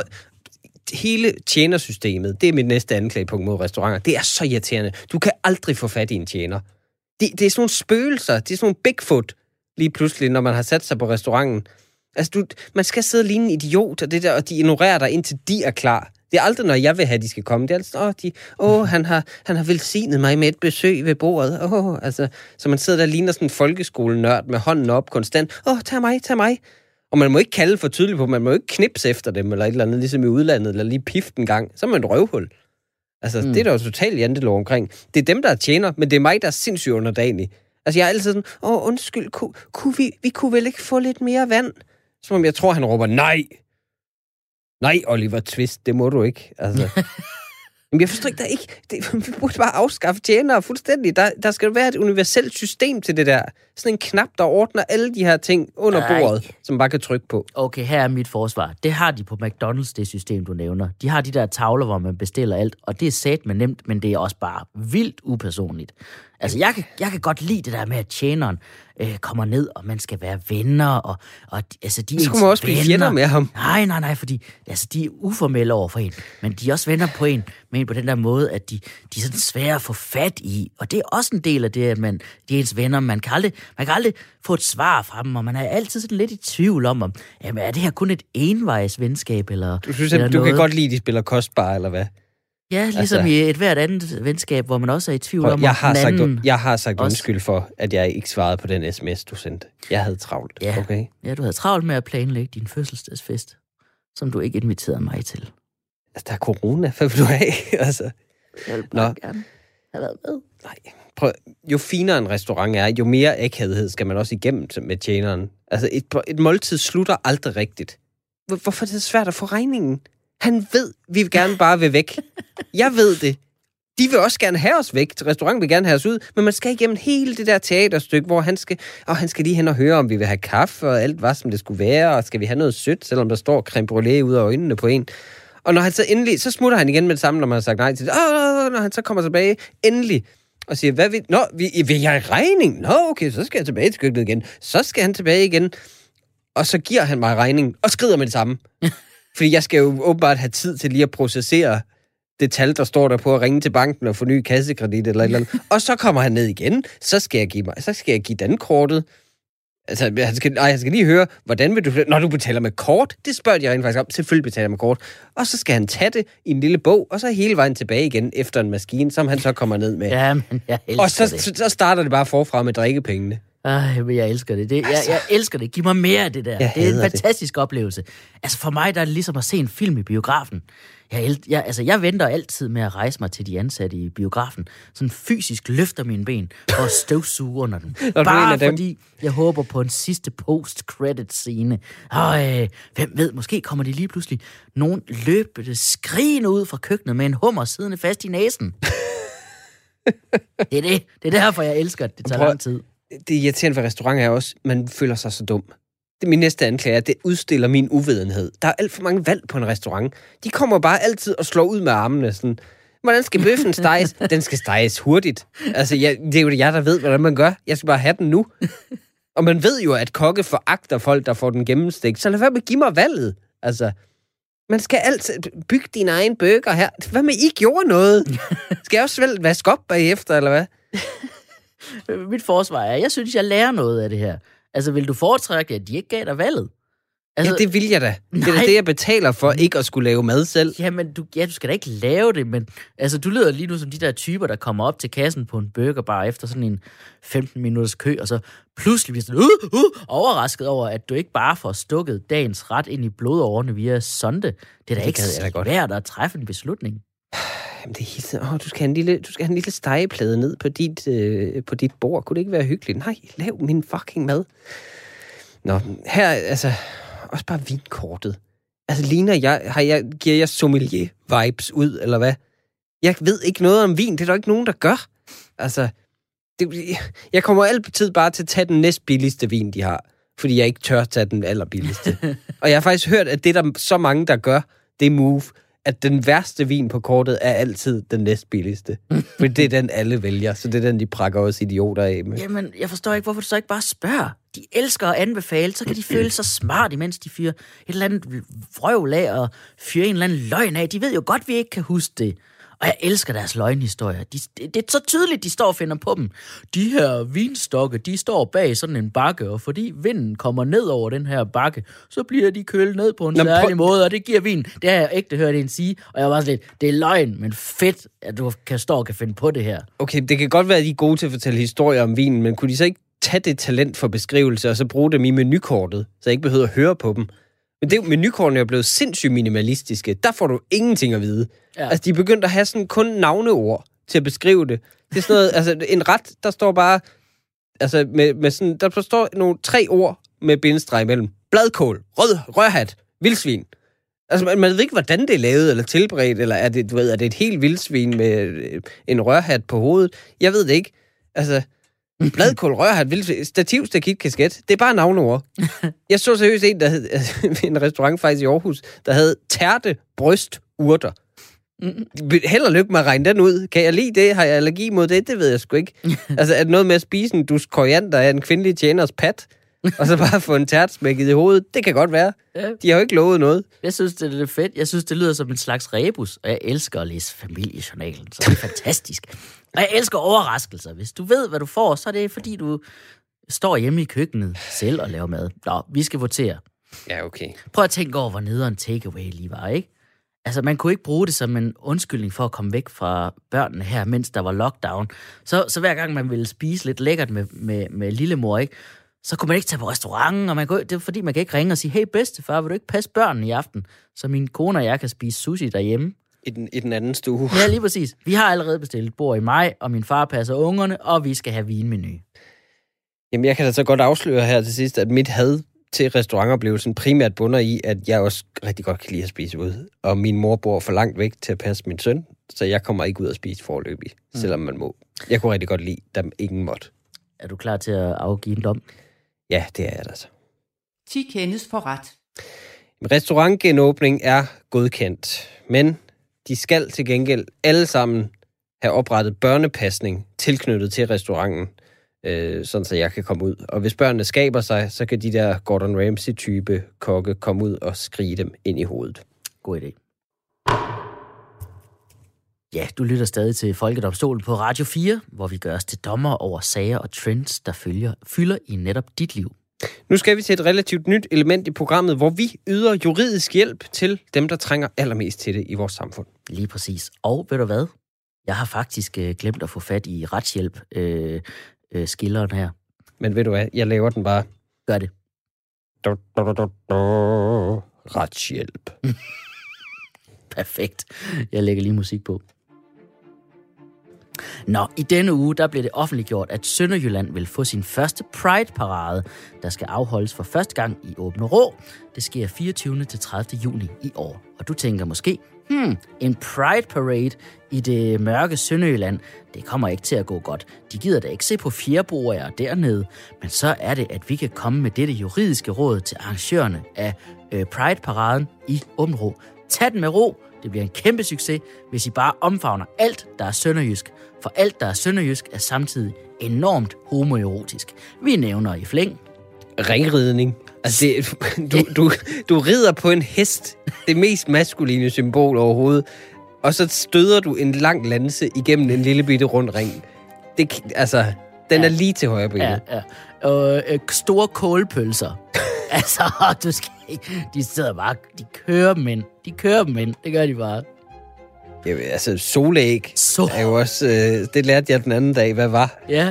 Hele tjenersystemet, det er mit næste anklagepunkt mod restauranter. Det er så irriterende. Du kan aldrig få fat i en tjener. Det, det er sådan nogle spøgelser, det er sådan nogle Bigfoot, lige pludselig, når man har sat sig på restauranten. Altså, du, man skal sidde og ligne en idiot, og, det der, og de ignorerer dig, indtil de er klar. Det er aldrig, når jeg vil have, de skal komme. Det er altid, åh, de, åh han, har, han har velsignet mig med et besøg ved bordet. Åh, altså, så man sidder der og ligner sådan en folkeskolenørd med hånden op konstant. Åh, tag mig, tag mig. Og man må ikke kalde for tydeligt på, man må ikke knipse efter dem, eller et eller andet, ligesom i udlandet, eller lige pifte en gang. Så er man et røvhul. Altså, mm. det er der jo totalt jantelov omkring. Det er dem, der tjener, men det er mig, der er sindssygt underdanig. Altså, jeg er altid sådan, åh, undskyld, ku, kunne vi, vi kunne vel ikke få lidt mere vand? Som om jeg tror, han råber, nej! Nej, Oliver Twist, det må du ikke. Altså... Men jeg forstår ikke, der er ikke... Det, vi burde bare afskaffe tjenere fuldstændig. Der, der skal være et universelt system til det der. Sådan en knap, der ordner alle de her ting under Ej. bordet, som man bare kan trykke på. Okay, her er mit forsvar. Det har de på McDonald's, det system, du nævner. De har de der tavler, hvor man bestiller alt, og det er satme nemt, men det er også bare vildt upersonligt. Altså, jeg kan, jeg kan godt lide det der med, at tjeneren øh, kommer ned, og man skal være venner, og, og altså, de er så kunne man også blive fjender med ham. Nej, nej, nej, fordi altså, de er uformelle over for en, men de er også venner på en, med en på den der måde, at de, de er sådan svære at få fat i, og det er også en del af det, at man, de er ens venner, man kan aldrig, man kan aldrig få et svar fra dem, og man er altid sådan lidt i tvivl om, om jamen, er det her kun et envejs venskab, eller du synes, eller at du noget? kan godt lide, at de spiller kostbar, eller hvad? Ja, ligesom altså, i et hvert andet venskab, hvor man også er i tvivl om, jeg har den sagt, anden... Jeg har sagt også... undskyld for, at jeg ikke svarede på den sms, du sendte. Jeg havde travlt, ja. okay? Ja, du havde travlt med at planlægge din fødselsdagsfest, som du ikke inviterede mig til. Altså, der er corona. Hvad vil du have? altså. Jeg vil bare Nå. gerne have været med. Nej, prøv. Jo finere en restaurant er, jo mere ægthed skal man også igennem med tjeneren. Altså, et, et måltid slutter aldrig rigtigt. Hvorfor er det svært at få regningen? Han ved, vi vil gerne bare vil væk. Jeg ved det. De vil også gerne have os væk. Restauranten vil gerne have os ud. Men man skal igennem hele det der teaterstykke, hvor han skal, og han skal lige hen og høre, om vi vil have kaffe, og alt var, som det skulle være, og skal vi have noget sødt, selvom der står creme brûlée ud af øjnene på en. Og når han så endelig, så smutter han igen med det samme, når man har sagt nej til det. Åh, når han så kommer tilbage, endelig, og siger, hvad vil... Nå, vil jeg regning? Nå, okay, så skal jeg tilbage til køkkenet igen. Så skal han tilbage igen. Og så giver han mig regningen, og skrider med det samme. Fordi jeg skal jo åbenbart have tid til lige at processere det tal, der står der på at ringe til banken og få ny kassekredit eller et eller andet. Og så kommer han ned igen, så skal jeg give mig, så skal jeg give dankortet. Altså, jeg skal, nej, jeg skal lige høre, hvordan vil du... Når du betaler med kort, det spørger jeg rent faktisk om. Selvfølgelig betaler jeg med kort. Og så skal han tage det i en lille bog, og så hele vejen tilbage igen efter en maskine, som han så kommer ned med. Ja, men jeg elsker og så, det. så, så starter det bare forfra med drikkepengene. Ej, men jeg elsker det. det jeg, altså, jeg elsker det. Giv mig mere af det der. Det er en fantastisk det. oplevelse. Altså for mig, der er det ligesom at se en film i biografen. Jeg, el- jeg, altså, jeg venter altid med at rejse mig til de ansatte i biografen. Sådan fysisk løfter mine ben og støvsuger under dem. Bare fordi jeg håber på en sidste post-credit-scene. Og øh, hvem ved, måske kommer de lige pludselig nogen løbende skrigende ud fra køkkenet med en hummer siddende fast i næsen. Det er det. Det er derfor, jeg elsker det. Det tager Prøv, lang tid. Det irriterende ved restauranter er også, man føler sig så dum. Det er min næste anklage, det udstiller min uvidenhed. Der er alt for mange valg på en restaurant. De kommer bare altid og slår ud med armene. Sådan, hvordan skal bøffen steges? Den skal steges hurtigt. Altså, jeg, det er jo det jeg, der ved, hvordan man gør. Jeg skal bare have den nu. Og man ved jo, at kokke foragter folk, der får den gennemstegt. Så lad være med at give mig valget. Altså, man skal altid bygge din egen burger her. Hvad med, I gjorde noget? Skal jeg også vel vaske op bagefter, eller hvad? Mit forsvar er, jeg synes, jeg lærer noget af det her. Altså, vil du foretrække, at de ikke gav dig valget? Altså, ja, det vil jeg da. Nej. Det er da det, jeg betaler for, ikke at skulle lave mad selv. Jamen, du, ja, du skal da ikke lave det, men altså, du lyder lige nu som de der typer, der kommer op til kassen på en burgerbar efter sådan en femten minutters kø, og så pludselig bliver sådan uh, uh, overrasket over, at du ikke bare får stukket dagens ret ind i blodårene via sonde. Det er da det ikke svært at træffe en beslutning. Jamen, det er helt sådan, åh, du skal have en lille, du skal have en lille stegeplade ned på dit, øh, på dit bord. Kunne det ikke være hyggeligt? Nej, lav min fucking mad. Nå, her, altså, også bare vinkortet. Altså, ligner jeg, har jeg, giver jeg sommelier-vibes ud, eller hvad? Jeg ved ikke noget om vin, det er der ikke nogen, der gør. Altså, det, jeg kommer altid bare til at tage den næstbilligste vin, de har, fordi jeg ikke tør tage den allerbilligste. Og jeg har faktisk hørt, at det der så mange, der gør, det move, at den værste vin på kortet er altid den næstbilligste. For det er den, alle vælger, så det er den, de prakker også idioter af med. Jamen, jeg forstår ikke, hvorfor du så ikke bare spørger. De elsker at anbefale, så kan de føle sig smart, imens de fyrer et eller andet vrøvl af og fyrer en eller anden løgn af. De ved jo godt, vi ikke kan huske det. Og jeg elsker deres løgnhistorier. De, det, det er så tydeligt, de står og finder på dem. De her vinstokke, de står bag sådan en bakke, og fordi vinden kommer ned over den her bakke, så bliver de kølet ned på en særlig måde, og det giver vin. Det har jeg ægte hørt en sige, og jeg var sådan lidt, det er løgn, men fedt, at du kan stå og kan finde på det her. Okay, det kan godt være, at de er gode til at fortælle historier om vinen, men kunne de så ikke tage det talent for beskrivelse, og så bruge dem i menukortet, så jeg ikke behøver at høre på dem? Men det, menukortene er jo blevet sindssygt minimalistiske. Der får du ingenting at vide. Ja. Altså, de er begyndt at have sådan kun navneord til at beskrive det. Det er sådan noget, altså, en ret, der står bare, altså, med, med sådan, der står nogle tre ord med bindestreg imellem. Bladkål, rød, rørhat, vildsvin. Altså, man, man ved ikke, hvordan det er lavet eller tilberedt, eller er det, du ved, er det et helt vildsvin med en rørhat på hovedet? Jeg ved det ikke. Altså, bladkål, rørhat, vildsvin, stativ, stakit, kasket. Det er bare navneord. Jeg så seriøst en, der hed, en restaurant faktisk i Aarhus, der hed tærte bryst urter. Held og lykke med at regne den ud. Kan jeg lide det? Har jeg allergi mod det? Det ved jeg sgu ikke. Altså, er det noget med at spise en dus koriander af en kvindelig tjeners pat, og så bare få en tært smækket i hovedet? Det kan godt være. De har jo ikke lovet noget. Jeg synes, det er lidt fedt. Jeg synes, det lyder som en slags rebus, og jeg elsker at læse familiejournalen, så det er fantastisk. Og jeg elsker overraskelser. Hvis du ved, hvad du får, så er det, fordi du står hjemme i køkkenet selv og laver mad. Nå, vi skal votere. Ja, okay. Prøv at tænke over, hvor nederen takeaway lige var, ikke? Altså, man kunne ikke bruge det som en undskyldning for at komme væk fra børnene her, mens der var lockdown. Så, så hver gang man ville spise lidt lækkert med, med, med lillemor, ikke? Så kunne man ikke tage på restauranten, og man kunne, det er fordi, man kan ikke ringe og sige, hey bedstefar, vil du ikke passe børnene i aften, så min kone og jeg kan spise sushi derhjemme? i den, i den anden stue. Ja, lige præcis. Vi har allerede bestilt et bord i maj, og min far passer ungerne, og vi skal have vinmenu. Jamen, jeg kan da så godt afsløre her til sidst, at mit had til restaurantoplevelsen primært bunder i, at jeg også rigtig godt kan lide at spise ud. Og min mor bor for langt væk til at passe min søn, så jeg kommer ikke ud at spise foreløbig, mm. selvom man må. Jeg kunne rigtig godt lide, da ingen måtte. Er du klar til at afgive en dom? Ja, det er jeg altså. ti kendes for ret. Restaurantgenåbning er godkendt, men de skal til gengæld alle sammen have oprettet børnepasning tilknyttet til restauranten, øh, sådan så jeg kan komme ud. Og hvis børnene skaber sig, så kan de der Gordon Ramsay-type kokke komme ud og skrige dem ind i hovedet. God idé. Ja, du lytter stadig til Folkedomstolen på Radio fire, hvor vi gør os til dommer over sager og trends, der følger, fylder i netop dit liv. Nu skal vi til et relativt nyt element i programmet, hvor vi yder juridisk hjælp til dem, der trænger allermest til det i vores samfund. Lige præcis. Og ved du hvad? Jeg har faktisk øh, glemt at få fat i retshjælp, øh, øh, skilleren her. Men ved du hvad? Jeg laver den bare. Gør det. Du, du, du, du, du. Retshjælp. Perfekt. Jeg lægger lige musik på. Nå, i denne uge, der blev det offentliggjort, at Sønderjylland vil få sin første Pride-parade, der skal afholdes for første gang i Åbne Rå. Det sker fireogtyvende til tredivte juni i år. Og du tænker måske, hmm, en Pride-parade i det mørke Sønderjylland, det kommer ikke til at gå godt. De gider da ikke se på fjerboer dernede. Men så er det, at vi kan komme med dette juridiske råd til arrangørerne af øh, Pride-paraden i Åbne Rå. Tag den med ro. Det bliver en kæmpe succes, hvis I bare omfavner alt, der er sønderjysk. For alt, der er sønderjysk, er samtidig enormt homoerotisk. Vi nævner i flæng. Ringridning. Altså, det, du, du, du rider på en hest. Det mest maskuline symbol overhovedet. Og så støder du en lang lanse igennem en lille bitte rund ring. Det, altså, den ja. er lige til højre benet. Ja, ja. Og øh, store kålpølser. Altså, du skal ikke... De sidder bare... De kører dem ind. De kører dem ind. Det gør de bare. Ja, altså, solæg Sol. er jo også... Øh, det lærte jeg den anden dag, hvad var. Ja.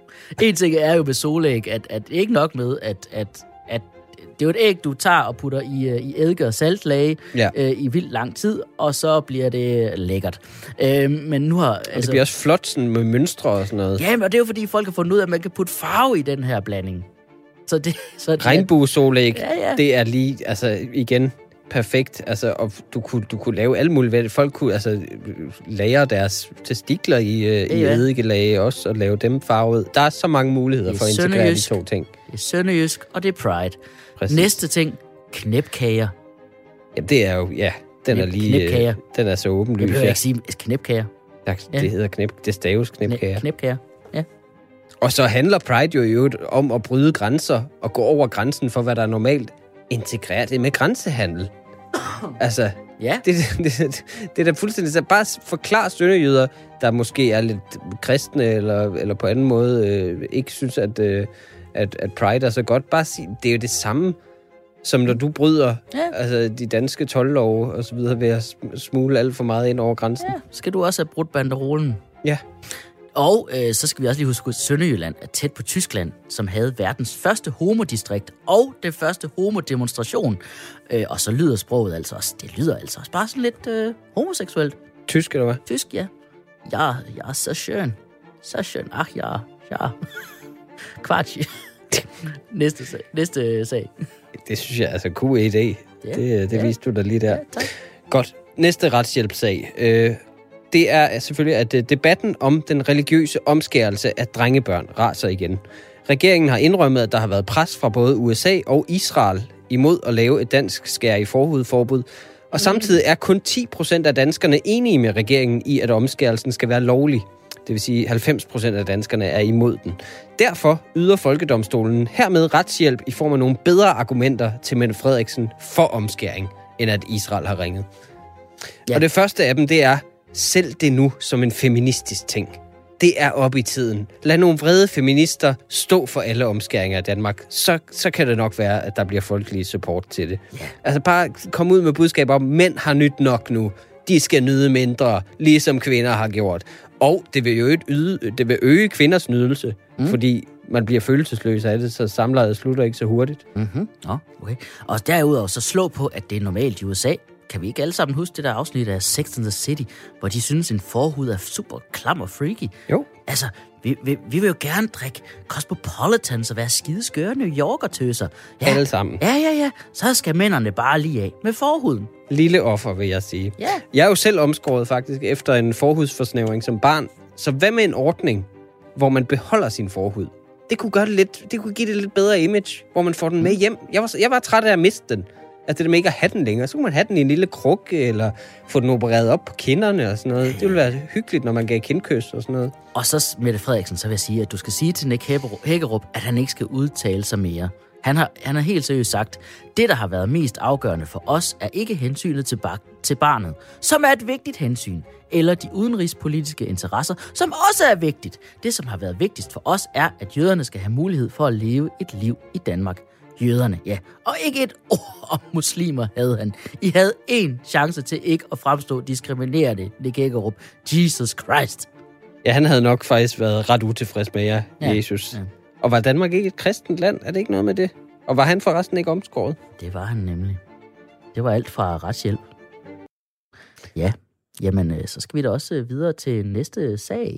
En ting er jo med solæg, at, at ikke nok med, at, at, at det er jo et æg, du tager og putter i, i eddike og saltlage ja. øh, i vildt lang tid, og så bliver det lækkert. Øh, men nu har... Altså, det bliver også flot sådan, med mønstre og sådan noget. Ja, men det er jo fordi, folk har fundet ud af, at man kan putte farve i den her blanding. Så det, så det regnbuesolæg, ja, ja. det er lige, altså igen, perfekt. Altså, og du kunne, du kunne lave alt muligt. Folk kunne altså lagre deres testikler i, ja, i eddikelag også, og lave dem farvet. Der er så mange muligheder for at integrere de to ting. Det er sønderjysk, og det er Pride. Præcis. Næste ting, knæpkager. Jamen, det er jo, ja, den Knæp, er lige, knæpkager. Den er så åbenlyst. Jeg behøver ikke sige knæpkager. Ja, det ja. hedder knæp, det staves knæpkager. Knæpkager, ja. Og så handler Pride jo i øvrigt om at bryde grænser og gå over grænsen for, hvad der er normalt. Integrere det med grænsehandel. Altså, ja. det, det, det, det er da fuldstændig... Så bare forklar sønderjyder, der måske er lidt kristne eller, eller på anden måde øh, ikke synes, at, øh, at, at Pride er så godt. Bare sig, det er jo det samme, som når du bryder ja. altså, de danske toldlove og så videre ved at smule alt for meget ind over grænsen. Ja, skal du også have brudt banderolen. Ja. Og øh, så skal vi også lige huske, at Sønderjylland er tæt på Tyskland, som havde verdens første homodistrikt og det første homodemonstration. Øh, og så lyder sproget altså også, det lyder altså også bare sådan lidt øh, homoseksuelt. Tysk, eller hvad? Tysk, ja. Ja, ja, så schön. Så schön. Ach ja, ja. Quatsch. næste sag. Næste sag. Det synes jeg altså god idé. Ja, det det ja. viste du da lige der. Ja, tak. Godt. Næste retshjælpssag. Øh, det er selvfølgelig, at debatten om den religiøse omskærelse af drengebørn raser igen. Regeringen har indrømmet, at der har været pres fra både U S A og Israel imod at lave et dansk skær i forhudforbud. Og samtidig er kun ti procent af danskerne enige med regeringen i, at omskærelsen skal være lovlig. Det vil sige, at halvfems procent af danskerne er imod den. Derfor yder Folkedomstolen hermed retshjælp i form af nogle bedre argumenter til Mette Frederiksen for omskæring, end at Israel har ringet. Ja. Og det første af dem, det er, selv det nu som en feministisk ting. Det er op i tiden. Lad nogle vrede feminister stå for alle omskæringer i Danmark. Så, så kan det nok være, at der bliver folkelig support til det. Yeah. Altså bare kom ud med budskab om, at mænd har nyt nok nu. De skal nyde mindre, ligesom kvinder har gjort. Og det vil jo øge, det vil øge kvinders nydelse, mm. fordi man bliver følelsesløs af det, så samlejet slutter ikke så hurtigt. Mm-hmm. Nå, okay. Og derudover så slå på, at det er normalt i U S A kan vi ikke alle sammen huske det der afsnit af Sex and the City, hvor de synes, en forhud er super klam og freaky? Jo. Altså, vi, vi, vi vil jo gerne drikke Cosmopolitans og være skide skøre New Yorker-tøser. Ja, Alle sammen. Ja, ja, ja. Så skal mændene bare lige af med forhuden. Lille offer, vil jeg sige. Ja. Jeg er jo selv omskåret faktisk efter en forhudsforsnævring som barn. Så hvad med en ordning, hvor man beholder sin forhud? Det kunne gøre det lidt, det kunne give det lidt bedre image, hvor man får den med hjem. Jeg var, jeg var træt af at miste den. Altså det der med ikke at have den længere. Så kunne man have den i en lille krukke, eller få den opereret op på kinderne og sådan noget. Det ville være hyggeligt, når man gav kindkys og sådan noget. Og så, Mette Frederiksen, så vil jeg sige, at du skal sige til Nick Hækkerup, at han ikke skal udtale sig mere. Han har, han har helt seriøst sagt, det, der har været mest afgørende for os, er ikke hensynet til, bar- til barnet, som er et vigtigt hensyn, eller de udenrigspolitiske interesser, som også er vigtigt. Det, som har været vigtigst for os, er, at jøderne skal have mulighed for at leve et liv i Danmark. Jøderne, ja. Og ikke et ord om muslimer havde han. I havde én chance til ikke at fremstå diskriminerende, Nick Hækkerup. Jesus Christ. Ja, han havde nok faktisk været ret utilfreds med jer, Ja, Jesus. ja. Og var Danmark ikke et kristent land? Er det ikke noget med det? Og var han forresten ikke omskåret? Det var han nemlig. Det var alt fra retshjælp. Ja, jamen øh, så skal vi da også øh, videre til næste sag.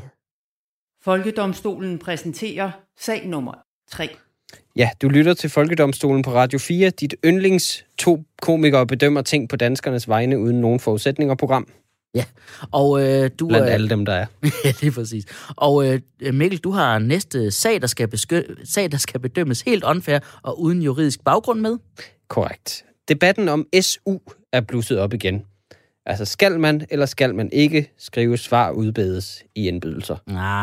Folkedomstolen præsenterer sag nummer tre. Ja, du lytter til Folkedomstolen på Radio fire. Dit yndlings to komikere bedømmer ting på danskernes vegne uden nogen forudsætninger program. Ja, og øh, du... Blandt øh, alle dem, der er. ja, det er præcis. Og øh, Mikkel, du har næste sag der, skal besky- sag, der skal bedømmes helt unfair og uden juridisk baggrund med. Korrekt. Debatten om S U er blusset op igen. Altså, skal man eller skal man ikke skrive svar udbedes i indbydelser?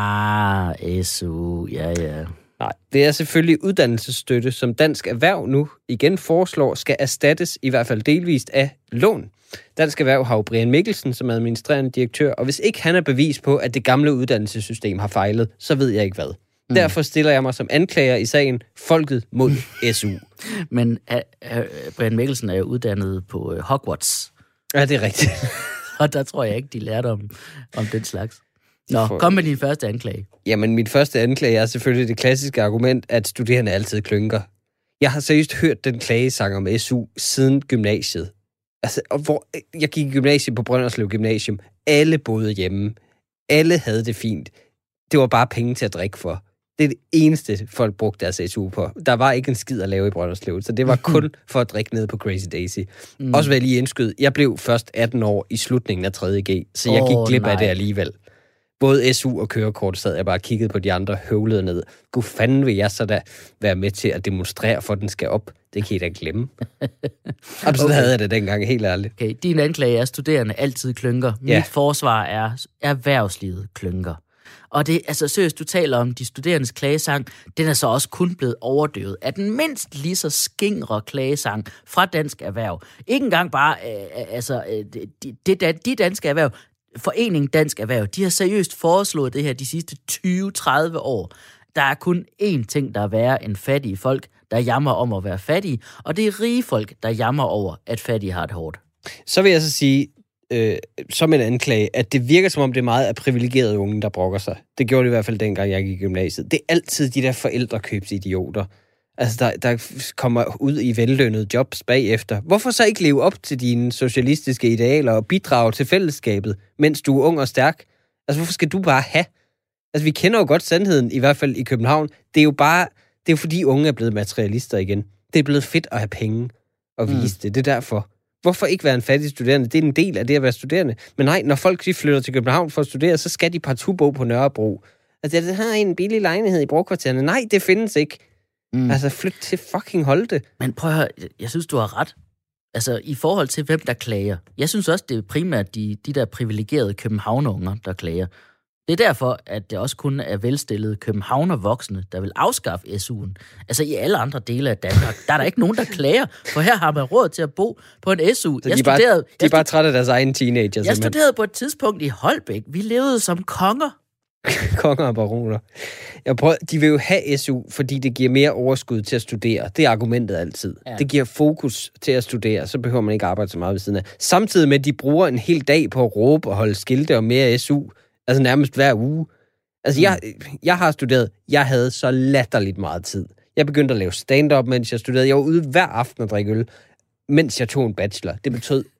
Ah, S U, ja, ja. Nej, det er selvfølgelig uddannelsesstøtte, som Dansk Erhverv nu igen foreslår, skal erstattes i hvert fald delvist af lån. Dansk Erhverv har jo Brian Mikkelsen som administrerende direktør, og hvis ikke han er bevis på, at det gamle uddannelsessystem har fejlet, så ved jeg ikke hvad. Mm. Derfor stiller jeg mig som anklager i sagen Folket mod S U. Men uh, uh, Brian Mikkelsen er jo uddannet på uh, Hogwarts, Ja, det er rigtigt. og der tror jeg ikke, de lærte om, om den slags. Nå, får- kom med din første anklage. Jamen, mit første anklage er selvfølgelig det klassiske argument, at studerende altid klynker. Jeg har seriøst hørt den klagesang om S U siden gymnasiet. Altså, og hvor jeg gik i gymnasiet på Brønderslev Gymnasium. Alle boede hjemme. Alle havde det fint. Det var bare penge til at drikke for. Det er det eneste, folk brugte deres S U på. Der var ikke en skid at lave i Brønderslev, så det var kun for at drikke ned på Crazy Daisy. Mm. Også hvad jeg lige indskød. Jeg blev først atten år i slutningen af tredje G, så jeg gik Åh, glip af nej. det alligevel. Både S U og kørekort sad jeg bare og kiggede på de andre høvlede ned. Gud fanden vil jeg så da være med til at demonstrere for, at den skal op. Det kan I da glemme. Absolut okay. Havde jeg det dengang, helt ærligt. Okay, din anklage er, at studerende altid klynker. Ja. Mit forsvar er, erhvervslivet klynker. Og det, altså seriøst, du taler om de studerendes klagesang, den er så også kun blevet overdøvet af den mindst lige så skingre klagesang fra Dansk Erhverv. Ikke engang bare, øh, altså, øh, de, de, de danske erhverv, Foreningen Dansk Erhverv, de har seriøst foreslået det her de sidste tyve til tredive år. Der er kun én ting, der er værre end fattige folk, der jammer om at være fattige, og det er rige folk, der jammer over, at fattige har det hårdt. Så vil jeg så sige, øh, som en anklage, at det virker som om det er meget af privilegerede unge, der brokker sig. Det gjorde det i hvert fald dengang, jeg gik i gymnasiet. Det er altid de der forældrekøbsidioter. Altså, der, der kommer ud i vellønnede jobs bagefter. Hvorfor så ikke leve op til dine socialistiske idealer og bidrage til fællesskabet, mens du er ung og stærk? Altså, hvorfor skal du bare have? Altså, vi kender jo godt sandheden, i hvert fald i København. Det er jo bare, det er jo fordi unge er blevet materialister igen. Det er blevet fedt at have penge og vise mm. det. Det er derfor. Hvorfor ikke være en fattig studerende? Det er en del af det at være studerende. Men nej, når folk de flytter til København for at studere, så skal de partout bo på Nørrebro. Altså, det her er en billig lejlighed i brokvartererne. Nej, det findes ikke. Mm. Altså, flyt til fucking Holte. Men prøv at høre, jeg synes, du har ret. Altså, i forhold til, hvem der klager. Jeg synes også, det er primært de, de der privilegerede københavnerunger, der klager. Det er derfor, at det også kun er velstillede københavnervoksne, der vil afskaffe S U'en. Altså, i alle andre dele af Danmark, der er der ikke nogen, der klager, for her har man råd til at bo på en S U. Så jeg de, er bare, studerede, de er jeg bare trætte af deres egen teenager, Jeg simpelthen. studerede på et tidspunkt i Holbæk. Vi levede som konger. Konger og baroner. Jeg prøver, de vil jo have S U, fordi det giver mere overskud til at studere. Det er argumentet altid. Ja. Det giver fokus til at studere, så behøver man ikke arbejde så meget ved siden af. Samtidig med, at de bruger en hel dag på at råbe og holde skilte om mere S U. Altså nærmest hver uge. Altså, mm. jeg, jeg har studeret. Jeg havde så latterligt meget tid. Jeg begyndte at lave stand-up, mens jeg studerede. Jeg var ude hver aften og drikke øl, mens jeg tog en bachelor. Det betød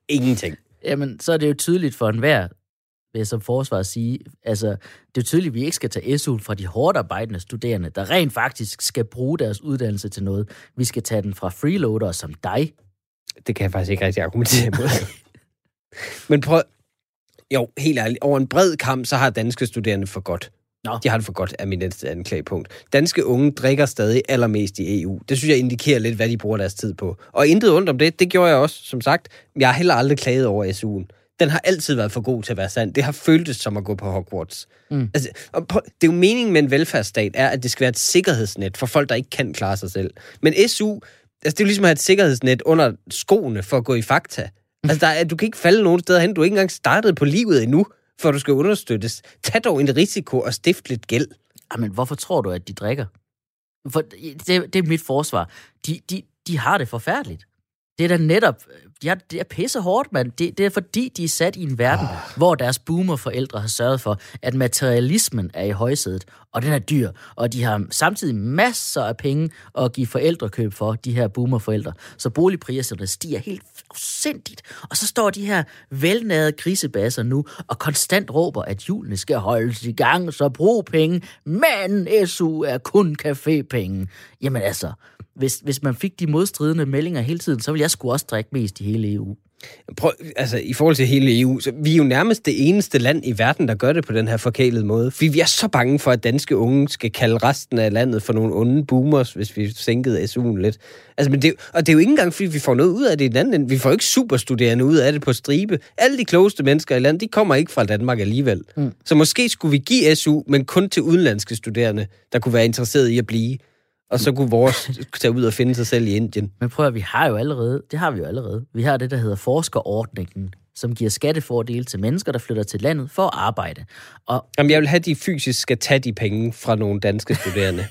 ingenting. Jamen, så er det jo tydeligt for enhver, vil jeg som forsvar sige, altså, det er jo tydeligt, at vi ikke skal tage S U'en fra de hårdt arbejdende studerende, der rent faktisk skal bruge deres uddannelse til noget. Vi skal tage den fra freeloadere som dig. Det kan jeg faktisk ikke rigtig argumentere imod. Men prøv... Jo, helt ærligt. Over en bred kamp, så har danske studerende for godt. Nå. De har det for godt, er min næste anklagepunkt. Danske unge drikker stadig allermest i E U. Det synes jeg indikerer lidt, hvad de bruger deres tid på. Og intet ondt om det, det gjorde jeg også, som sagt. Jeg har heller aldrig klaget over S U'en. Den har altid været for god til at være sand. Det har føltes som at gå på Hogwarts. Mm. Altså, og på, det er jo meningen med en velfærdsstat, er, at det skal være et sikkerhedsnet for folk, der ikke kan klare sig selv. Men S U, altså det er jo ligesom at have et sikkerhedsnet under skoene for at gå i fakta. Altså, der er, du kan ikke falde nogen steder hen. Du er ikke engang startet på livet endnu, for du skal understøttes. Tag dog en risiko og stift lidt gæld. Jamen, hvorfor tror du, at de drikker? For det, det er mit forsvar. De, de, de har det forfærdeligt. Det er da netop... De har, det er pisse hårdt, mand. Det, det er fordi, de er sat i en verden, oh. hvor deres boomerforældre har sørget for, at materialismen er i højsædet, og den er dyr, og de har samtidig masser af penge at give forældrekøb for, de her boomerforældre. Så boligpriserne stiger helt sindssygt. Og så står de her velnærede grisebasser nu, og konstant råber, at hjulene skal holdes i gang, så brug penge, men S U er kun cafépenge. Jamen altså... Hvis, hvis man fik de modstridende meldinger hele tiden, så ville jeg sgu også drikke mest i hele E U. Prøv, altså, i forhold til hele E U, så vi er jo nærmest det eneste land i verden, der gør det på den her forkælede måde. Fordi vi er så bange for, at danske unge skal kalde resten af landet for nogle onde boomers, hvis vi sænkede S U'en lidt. Altså, men det, og det er jo ikke engang, fordi vi får noget ud af det i den anden. Vi får ikke superstuderende ud af det på stribe. Alle de klogeste mennesker i landet, de kommer ikke fra Danmark alligevel. Mm. Så måske skulle vi give S U, men kun til udenlandske studerende, der kunne være interesseret i at blive. Og så kunne vores tage ud og finde sig selv i Indien. Men prøv at vi har jo allerede, det har vi jo allerede. Vi har det, der hedder forskerordningen, som giver skattefordele til mennesker, der flytter til landet for at arbejde. Og Jamen, jeg vil have, at de fysisk skal tage de penge fra nogle danske studerende.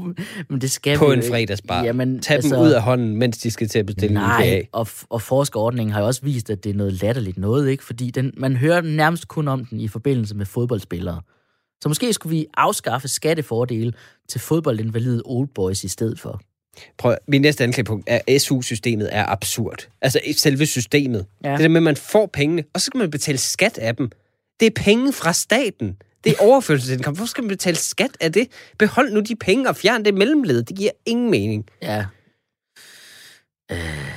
Men det skal på vi en ikke. fredagsbar. Jamen, Tag altså, dem ud af hånden, mens de skal til at bestille nej, en I P A. og, og forskerordningen har jo også vist, at det er noget latterligt noget, ikke? Fordi den, man hører nærmest kun om den i forbindelse med fodboldspillere. Så måske skulle vi afskaffe skattefordele til fodboldinvalide old boys i stedet for. Prøv, min næste anklagepunkt er, at S U-systemet er absurd. Altså selve systemet. Ja. Det der med, at man får pengene, og så skal man betale skat af dem. Det er penge fra staten. Det er overførselsindkomst. Hvorfor skal man betale skat af det? Behold nu de penge og fjern det mellemled. Det giver ingen mening. Ja. Øh,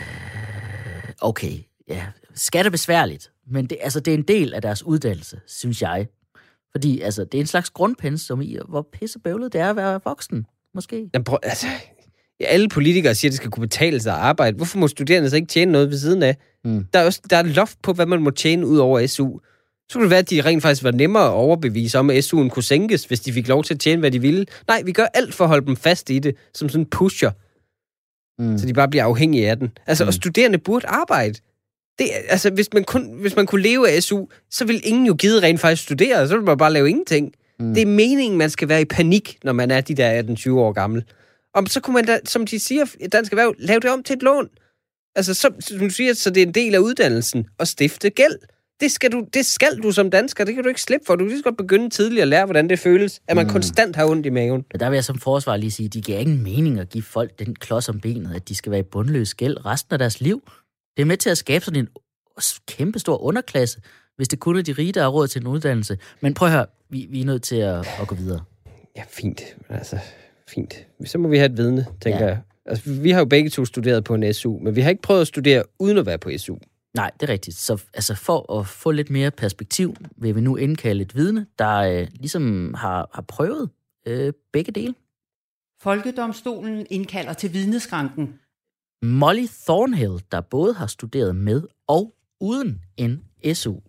okay. Ja. Skat er besværligt, men det, altså, det er en del af deres uddannelse, synes jeg. Fordi altså, det er en slags grundpensum i, hvor pissebøvlet det er at være voksen, måske. Jamen, prøv, altså, ja, alle politikere siger, at det skal kunne betale sig at arbejde. Hvorfor må studerende så ikke tjene noget ved siden af? Mm. Der er også der er loft på, hvad man må tjene ud over S U. Så kunne det være, at de rent faktisk var nemmere at overbevise om, at S U'en kunne sænkes, hvis de fik lov til at tjene, hvad de ville. Nej, vi gør alt for at holde dem fast i det, som sådan en pusher. Mm. Så de bare bliver afhængige af den. Altså, mm. og studerende burde arbejde. Det, altså, hvis man, kun, hvis man kunne leve af S U, så vil ingen jo gide rent faktisk studere, så vil man bare lave ingenting. Mm. Det er meningen, man skal være i panik, når man er de der atten tyve år gammel. Og så kunne man da, som de siger, dansk erhverv, lave det om til et lån. Altså, så, som du siger, så det er en del af uddannelsen at stifte gæld. Det skal, du, det skal du som dansker, det kan du ikke slippe for. Du kan lige så godt begynde tidligere at lære, hvordan det føles, at man mm. konstant har ondt i maven. Der vil jeg som forsvar lige sige, at de giver ingen mening at give folk den klods om benet, at de skal være i bundløs gæld resten af deres liv. Det er med til at skabe sådan en kæmpe stor underklasse, hvis det kun er de rige, der har råd til en uddannelse. Men prøv at høre, vi, vi er nødt til at, at gå videre. Ja, fint. Altså, fint. Så må vi have et vidne, tænker ja. jeg. Altså, vi har jo begge to studeret på en S U, men vi har ikke prøvet at studere uden at være på S U. Nej, det er rigtigt. Så altså, for at få lidt mere perspektiv, vil vi nu indkalde et vidne, der øh, ligesom har, har prøvet øh, begge dele. Folkedomstolen indkalder til vidneskranken Molly Thornhill, der både har studeret med og uden en S U.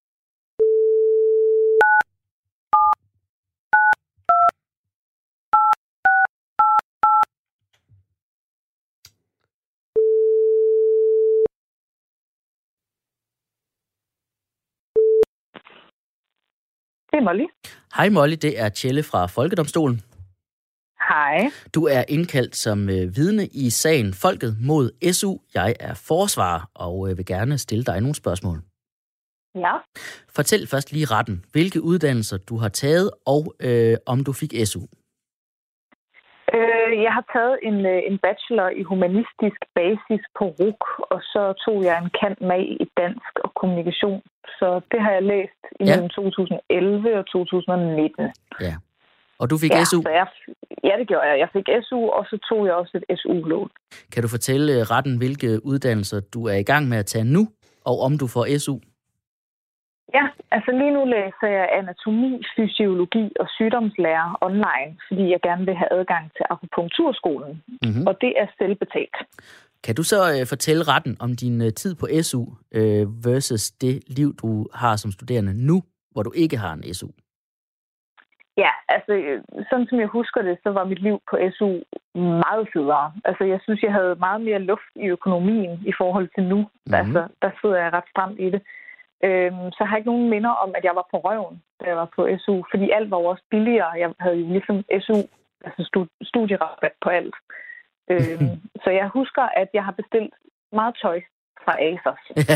Det er Molly. Hej Molly, det er Tjelle fra Folkedomstolen. Hej. Du er indkaldt som øh, vidne i sagen Folket mod S U. Jeg er forsvarer og øh, vil gerne stille dig nogle spørgsmål. Ja. Fortæl først lige retten, hvilke uddannelser du har taget, og øh, om du fik S U. Øh, jeg har taget en, en bachelor i humanistisk basis på R U C, og så tog jeg en cand mag i dansk og kommunikation. Så det har jeg læst imellem ja. to tusind og elleve og to tusind og nitten. Ja. Og du fik ja, S U? Jeg, ja, det gjorde jeg. Jeg fik S U, og så tog jeg også et S U-lån. Kan du fortælle retten, hvilke uddannelser du er i gang med at tage nu, og om du får S U? Ja, altså lige nu læser jeg anatomi, fysiologi og sygdomslære online, fordi jeg gerne vil have adgang til akupunkturskolen, mm-hmm. og det er selvbetalt. Kan du så øh, fortælle retten om din øh, tid på S U øh, versus det liv, du har som studerende nu, hvor du ikke har en S U? Ja, altså sådan som jeg husker det, så var mit liv på S U meget federe. Altså jeg synes, jeg havde meget mere luft i økonomien i forhold til nu. Mm-hmm. Altså der sidder jeg ret stramt i det. Øhm, så jeg har ikke nogen minder om, at jeg var på røven, da jeg var på S U, fordi alt var jo også billigere. Jeg havde jo ligesom S U, altså studierabat på alt. Øhm, så jeg husker, at jeg har bestilt meget tøj fra ASOS. Ja.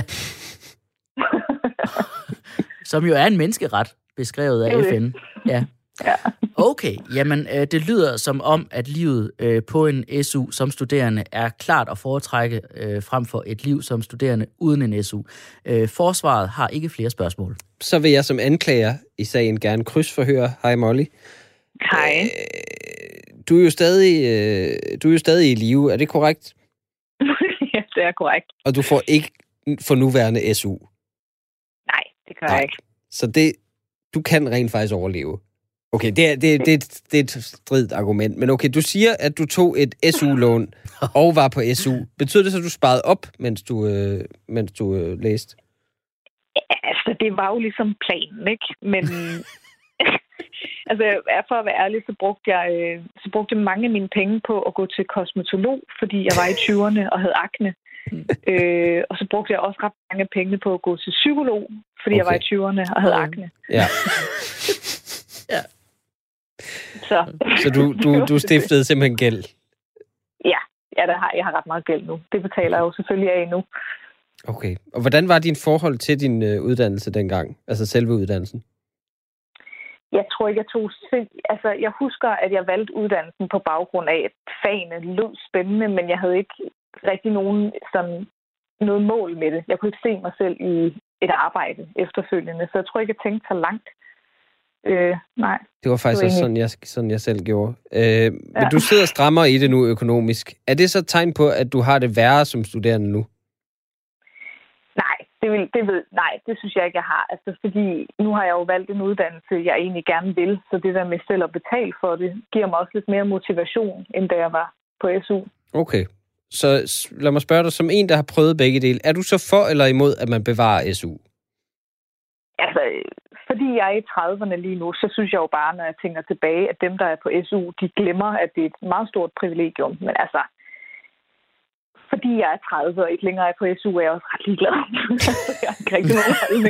Som jo er en menneskeret, beskrevet af F N. Ja. Ja. Okay, jamen øh, det lyder som om, at livet øh, på en S U som studerende er klart at foretrække øh, frem for et liv som studerende uden en S U. Øh, forsvaret har ikke flere spørgsmål. Så vil jeg som anklager i sagen gerne krydsforhøre. Hej Molly. Hej. Øh, du er jo stadig, øh, du er jo stadig i live, er det korrekt? Ja, det er korrekt. Og du får ikke for nuværende S U? Nej, det gør Nej. jeg ikke. Så det, du kan rent faktisk overleve? Okay, det er, det, er, det, er, det er et stridt argument, men okay, du siger, at du tog et S U-lån og var på S U. Betyder det så, at du sparede op, mens du, øh, mens du øh, læste? Ja, altså, det var jo ligesom planen, ikke? Men altså, for at være ærlig, så brugte, jeg, øh, så brugte jeg mange af mine penge på at gå til kosmetolog, fordi jeg var i tyverne og havde akne. øh, og så brugte jeg også ret mange af pengene på at gå til psykolog, fordi okay. jeg var i tyverne og havde akne. Ja. Ja. Så, så du, du, du stiftede simpelthen gæld? Ja, ja det har, jeg har ret meget gæld nu. Det betaler jeg jo selvfølgelig af nu. Okay. Og hvordan var din forhold til din øh, uddannelse dengang? Altså selve uddannelsen? Jeg tror ikke, jeg tog... Altså, jeg husker, at jeg valgte uddannelsen på baggrund af, at fagene lød spændende, men jeg havde ikke rigtig nogen sådan, noget mål med det. Jeg kunne ikke se mig selv i et arbejde efterfølgende, så jeg tror ikke, jeg tænkte så langt. Øh, nej. Det var faktisk det var også sådan jeg, sådan, jeg selv gjorde. Øh, men ja. Du sidder strammer i det nu økonomisk. Er det så et tegn på, at du har det værre som studerende nu? Nej, det, vil, det, ved, nej, det synes jeg ikke, jeg har. Altså, fordi nu har jeg jo valgt en uddannelse, jeg egentlig gerne vil, så det der med selv at betale for det, giver mig også lidt mere motivation, end da jeg var på S U. Okay. Så lad mig spørge dig, som en, der har prøvet begge dele, er du så for eller imod, at man bevarer S U? Altså, fordi jeg er i trediverne lige nu, så synes jeg jo bare, når jeg tænker tilbage, at dem, der er på S U, de glemmer, at det er et meget stort privilegium. Men altså, fordi jeg er tredive og ikke længere er på S U, er jeg også ret ligeglad. Jeg har ikke rigtig nogen holdning.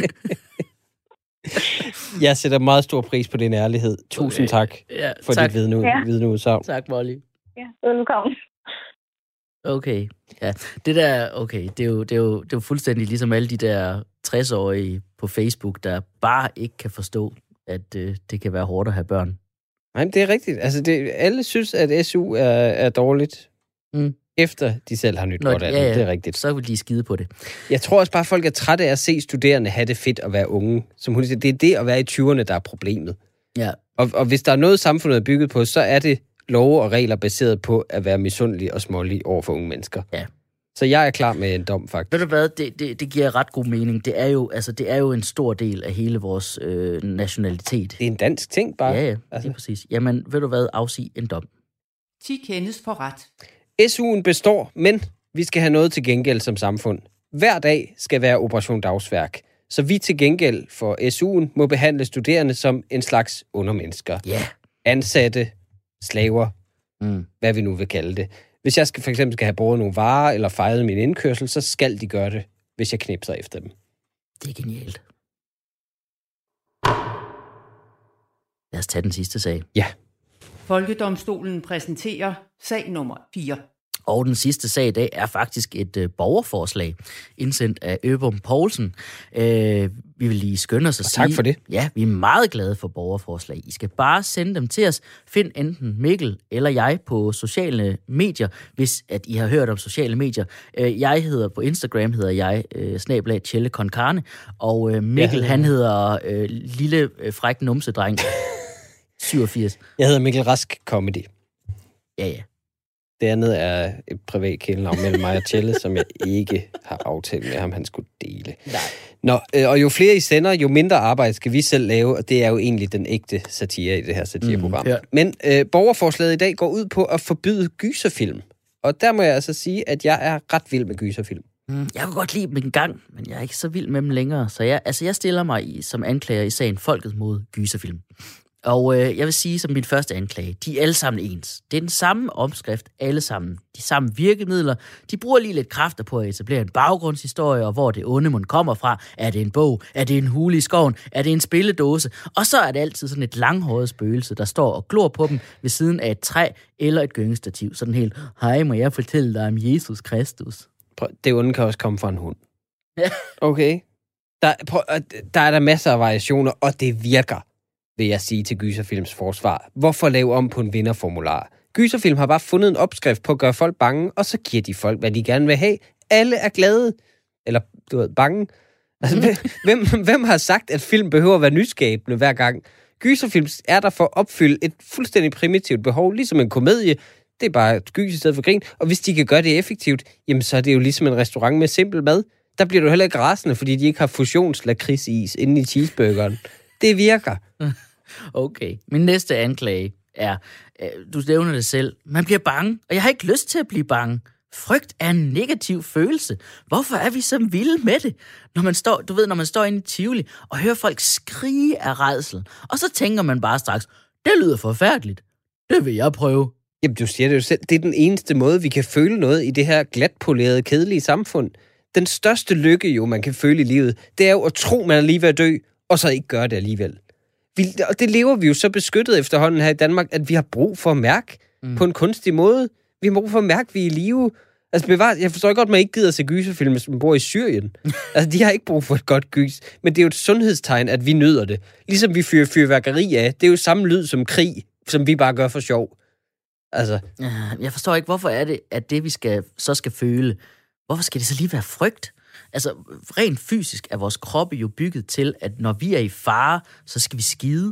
Jeg sætter meget stor pris på din ærlighed. Tusind okay. tak ja, for tak. dit vidneudsagn. Ja. Tak, Molly. Ja, velkommen. Okay, ja. Det der, okay, det er, jo, det, er jo, det er jo fuldstændig ligesom alle de der tres-årige på Facebook, der bare ikke kan forstå, at øh, det kan være hårdt at have børn. Nej, det er rigtigt. Altså, det, alle synes, at S U er, er dårligt, mm. efter de selv har nyt godt af ja, ja. det. Det er rigtigt. Så vil de skide på det. Jeg tror også bare, at folk er trætte af at se studerende have det fedt at være unge. Som hun siger, det er det at være i tyverne, der er problemet. Ja. Og, og hvis der er noget, samfundet er bygget på, så er det love og regler baseret på at være misundelig og smålig over for unge mennesker. Ja. Så jeg er klar med en dom, faktisk. Ved du hvad, det, det, det giver ret god mening. Det er jo, altså, det er jo en stor del af hele vores øh, nationalitet. Det er en dansk ting, bare. Ja, ja, altså. det er præcis. Jamen, ved du hvad, afsig en dom. ti kendes for ret. S U'en består, men vi skal have noget til gengæld som samfund. Hver dag skal være Operation Dagsværk. Så vi til gengæld for S U'en må behandle studerende som en slags undermennesker. Ja. Yeah. Ansatte, slaver, mm. hvad vi nu vil kalde det. Hvis jeg skal, for eksempel skal have båret nogle varer eller fejret min indkørsel, så skal de gøre det, hvis jeg knipser efter dem. Det er genialt. Lad os tage den sidste sag. Ja. Folkedomstolen præsenterer sag nummer fire. Og den sidste sag i dag er faktisk et øh, borgerforslag, indsendt af Øbom Poulsen. Øh, vi vil lige skynde os at og sige... tak for det. Ja, vi er meget glade for borgerforslag. I skal bare sende dem til os. Find enten Mikkel eller jeg på sociale medier, hvis at I har hørt om sociale medier. Øh, jeg hedder på Instagram, hedder jeg øh, snablag Tjelle Konkarne, og øh, Mikkel, han hedder øh, lille øh, fræk numsedreng syvogfirs. Jeg hedder Mikkel Rask Comedy. Ja, ja. Det andet er et privat kælenavn mellem mig og Tjelle, som jeg ikke har aftalt med ham, han skulle dele. Nej. Nå, øh, og jo flere I sender, jo mindre arbejde skal vi selv lave, og det er jo egentlig den ægte satire i det her satireprogram. Mm, ja. Men øh, borgerforslaget i dag går ud på at forbyde gyserfilm. Og der må jeg altså sige, at jeg er ret vild med gyserfilm. Mm, jeg kunne godt lide dem en gang, men jeg er ikke så vild med dem længere. Så jeg, altså jeg stiller mig i, som anklager i sagen Folket mod gyserfilm. Og øh, jeg vil sige som min første anklage, de er alle sammen ens. Det er den samme opskrift, alle sammen. De samme virkemidler. De bruger lige lidt kræfter på at etablere en baggrundshistorie, og hvor det onde mund kommer fra. Er det en bog? Er det en hule i skoven? Er det en spilledåse? Og så er det altid sådan et langhåret spøgelse, der står og glor på dem ved siden af et træ eller et gyngestativ. Sådan helt, hej, må jeg fortælle dig om Jesus Kristus? Prøv, det onde kan også komme fra en hund. Okay. Der, prøv, der er der masser af variationer, og det virker, vil jeg sige til gyserfilms forsvar. Hvorfor lave om på en vinderformular? Gyserfilm har bare fundet en opskrift på at gøre folk bange, og så giver de folk, hvad de gerne vil have. Alle er glade. Eller, du ved, bange. Altså, hvem, hvem har sagt, at film behøver at være nyskabende hver gang? Gyserfilm er der for at opfylde et fuldstændig primitivt behov, ligesom en komedie. Det er bare et gys i stedet for grin. Og hvis de kan gøre det effektivt, jamen så er det jo ligesom en restaurant med simpel mad. Der bliver du heller ikke rasende, fordi de ikke har fusionslakridsis inde i cheeseburgeren. Det virker. Okay. Min næste anklage er, du nævner det selv, man bliver bange, og jeg har ikke lyst til at blive bange. Frygt er en negativ følelse. Hvorfor er vi så vilde med det? Når man står, du ved, når man står inde i Tivoli og hører folk skrige af rædsel, og så tænker man bare straks, det lyder forfærdeligt. Det vil jeg prøve. Jamen, du siger det jo selv. Det er den eneste måde, vi kan føle noget i det her glatpolerede, kedelige samfund. Den største lykke, jo, man kan føle i livet, det er jo at tro, man er lige ved at dø, og så ikke gøre det alligevel. Vi, og det lever vi jo så beskyttet efterhånden her i Danmark, at vi har brug for at mærke mm. på en kunstig måde. Vi har brug for at mærke, at vi er i live. Altså, bevar, jeg forstår godt, at man ikke gider se gyserfilm, hvis man bor i Syrien. Altså, de har ikke brug for et godt gys. Men det er jo et sundhedstegn, at vi nyder det. Ligesom vi fyrer fyrværkeri af. Det er jo samme lyd som krig, som vi bare gør for sjov. Altså. Jeg forstår ikke, hvorfor er det, at det, vi skal, så skal føle, hvorfor skal det så lige være frygt? Altså, rent fysisk er vores kroppe jo bygget til, at når vi er i fare, så skal vi skide.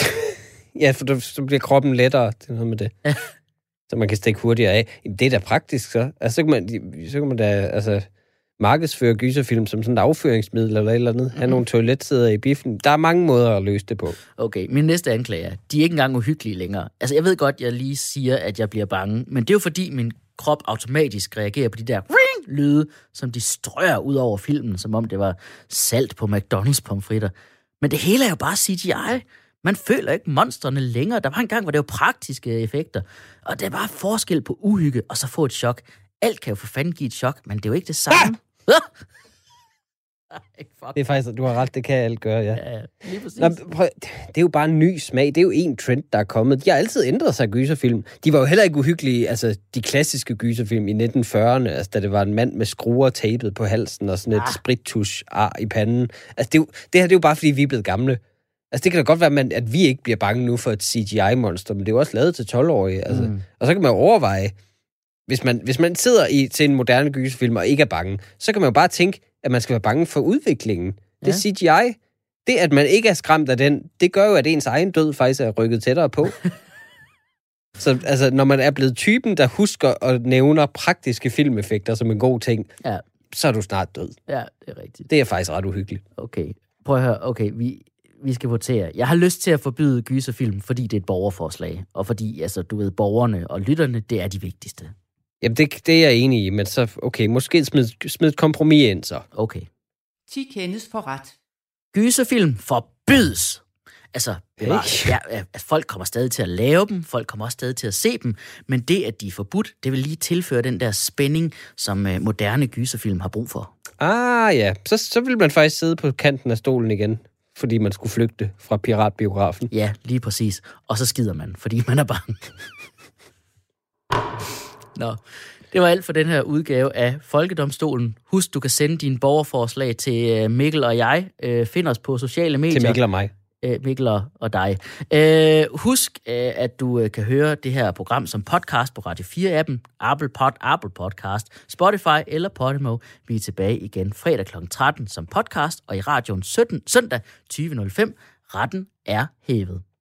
Ja, for så bliver kroppen lettere til noget med det. Så man kan stikke hurtigere af. Jamen, det er da praktisk, så. Altså, så kan man, så kan man da altså, markedsføre gyserfilm som sådan et afføringsmiddel eller et eller andet. Mm-hmm. Have nogle toiletsæder i biffen. Der er mange måder at løse det på. Okay, min næste anklage er, de er ikke engang uhyggelige længere. Altså, jeg ved godt, jeg lige siger, at jeg bliver bange, men det er jo fordi, min krop automatisk reagerer på de der lyde, som de strøger ud over filmen, som om det var salt på McDonald's pomfritter. Men det hele er jo bare C G I. Man føler ikke monstrene længere. Der var en gang, hvor det var praktiske effekter. Og det er bare forskel på uhygge, og så få et chok. Alt kan jo for fanden give et chok, men det er jo ikke det samme. Ah! Det er faktisk, du har ret, det kan alt gøre, ja. Ja, lige præcis. Nå, prøv, det er jo bare en ny smag. Det er jo en trend, der er kommet. De har altid ændret sig, gyserfilm. De var jo heller ikke uhyggelige, altså de klassiske gyserfilm i nitten fyrrerne, altså da det var en mand med skruer tapet på halsen og sådan et ah. sprittusch ar i panden. Altså det, er jo, det her det er jo bare, fordi vi er blevet gamle. Altså det kan da godt være, at vi ikke bliver bange nu for et C G I-monster, men det er jo også lavet til tolv-årige. Altså. Mm. Og så kan man jo overveje, hvis man, hvis man sidder i, til en moderne gyserfilm og ikke er bange, så kan man jo bare tænke, at man skal være bange for udviklingen. Det er ja. C G I. Det, at man ikke er skræmt af den, det gør jo, at ens egen død faktisk er rykket tættere på. Så altså, når man er blevet typen, der husker og nævner praktiske filmeffekter som en god ting, ja. så er du snart død. Ja, det er rigtigt. Det er faktisk ret uhyggeligt. Okay, prøv at høre. Okay, vi, vi skal votere. Jeg har lyst til at forbyde gyserfilm, fordi det er et borgerforslag. Og fordi, altså, du ved, borgerne og lytterne, det er de vigtigste. Jamen, det, det er jeg enig i, men så, okay, måske smid, smid et kompromis ind, så. Okay. ti kendes for ret. Gyserfilm forbydes. Altså, bevares. Ja, at folk kommer stadig til at lave dem, folk kommer også stadig til at se dem, men det, at de er forbudt, det vil lige tilføre den der spænding, som uh, moderne gyserfilm har brug for. Ah ja, så, så vil man faktisk sidde på kanten af stolen igen, fordi man skulle flygte fra piratbiografen. Ja, lige præcis. Og så skider man, fordi man er bange. Nå, Det var alt for den her udgave af Folkedomstolen. Husk, du kan sende dine borgerforslag til Mikkel og jeg. Find os på sociale medier. Til Mikkel og mig. Mikkel og dig. Uh, husk, uh, at du uh, kan høre det her program som podcast på Radio fire-appen, Apple, Pod, Apple Podcast, Spotify eller Podimo. Vi er tilbage igen fredag klokken tretten som podcast, og i radioen sytten, søndag tyve nul fem. Retten er hævet.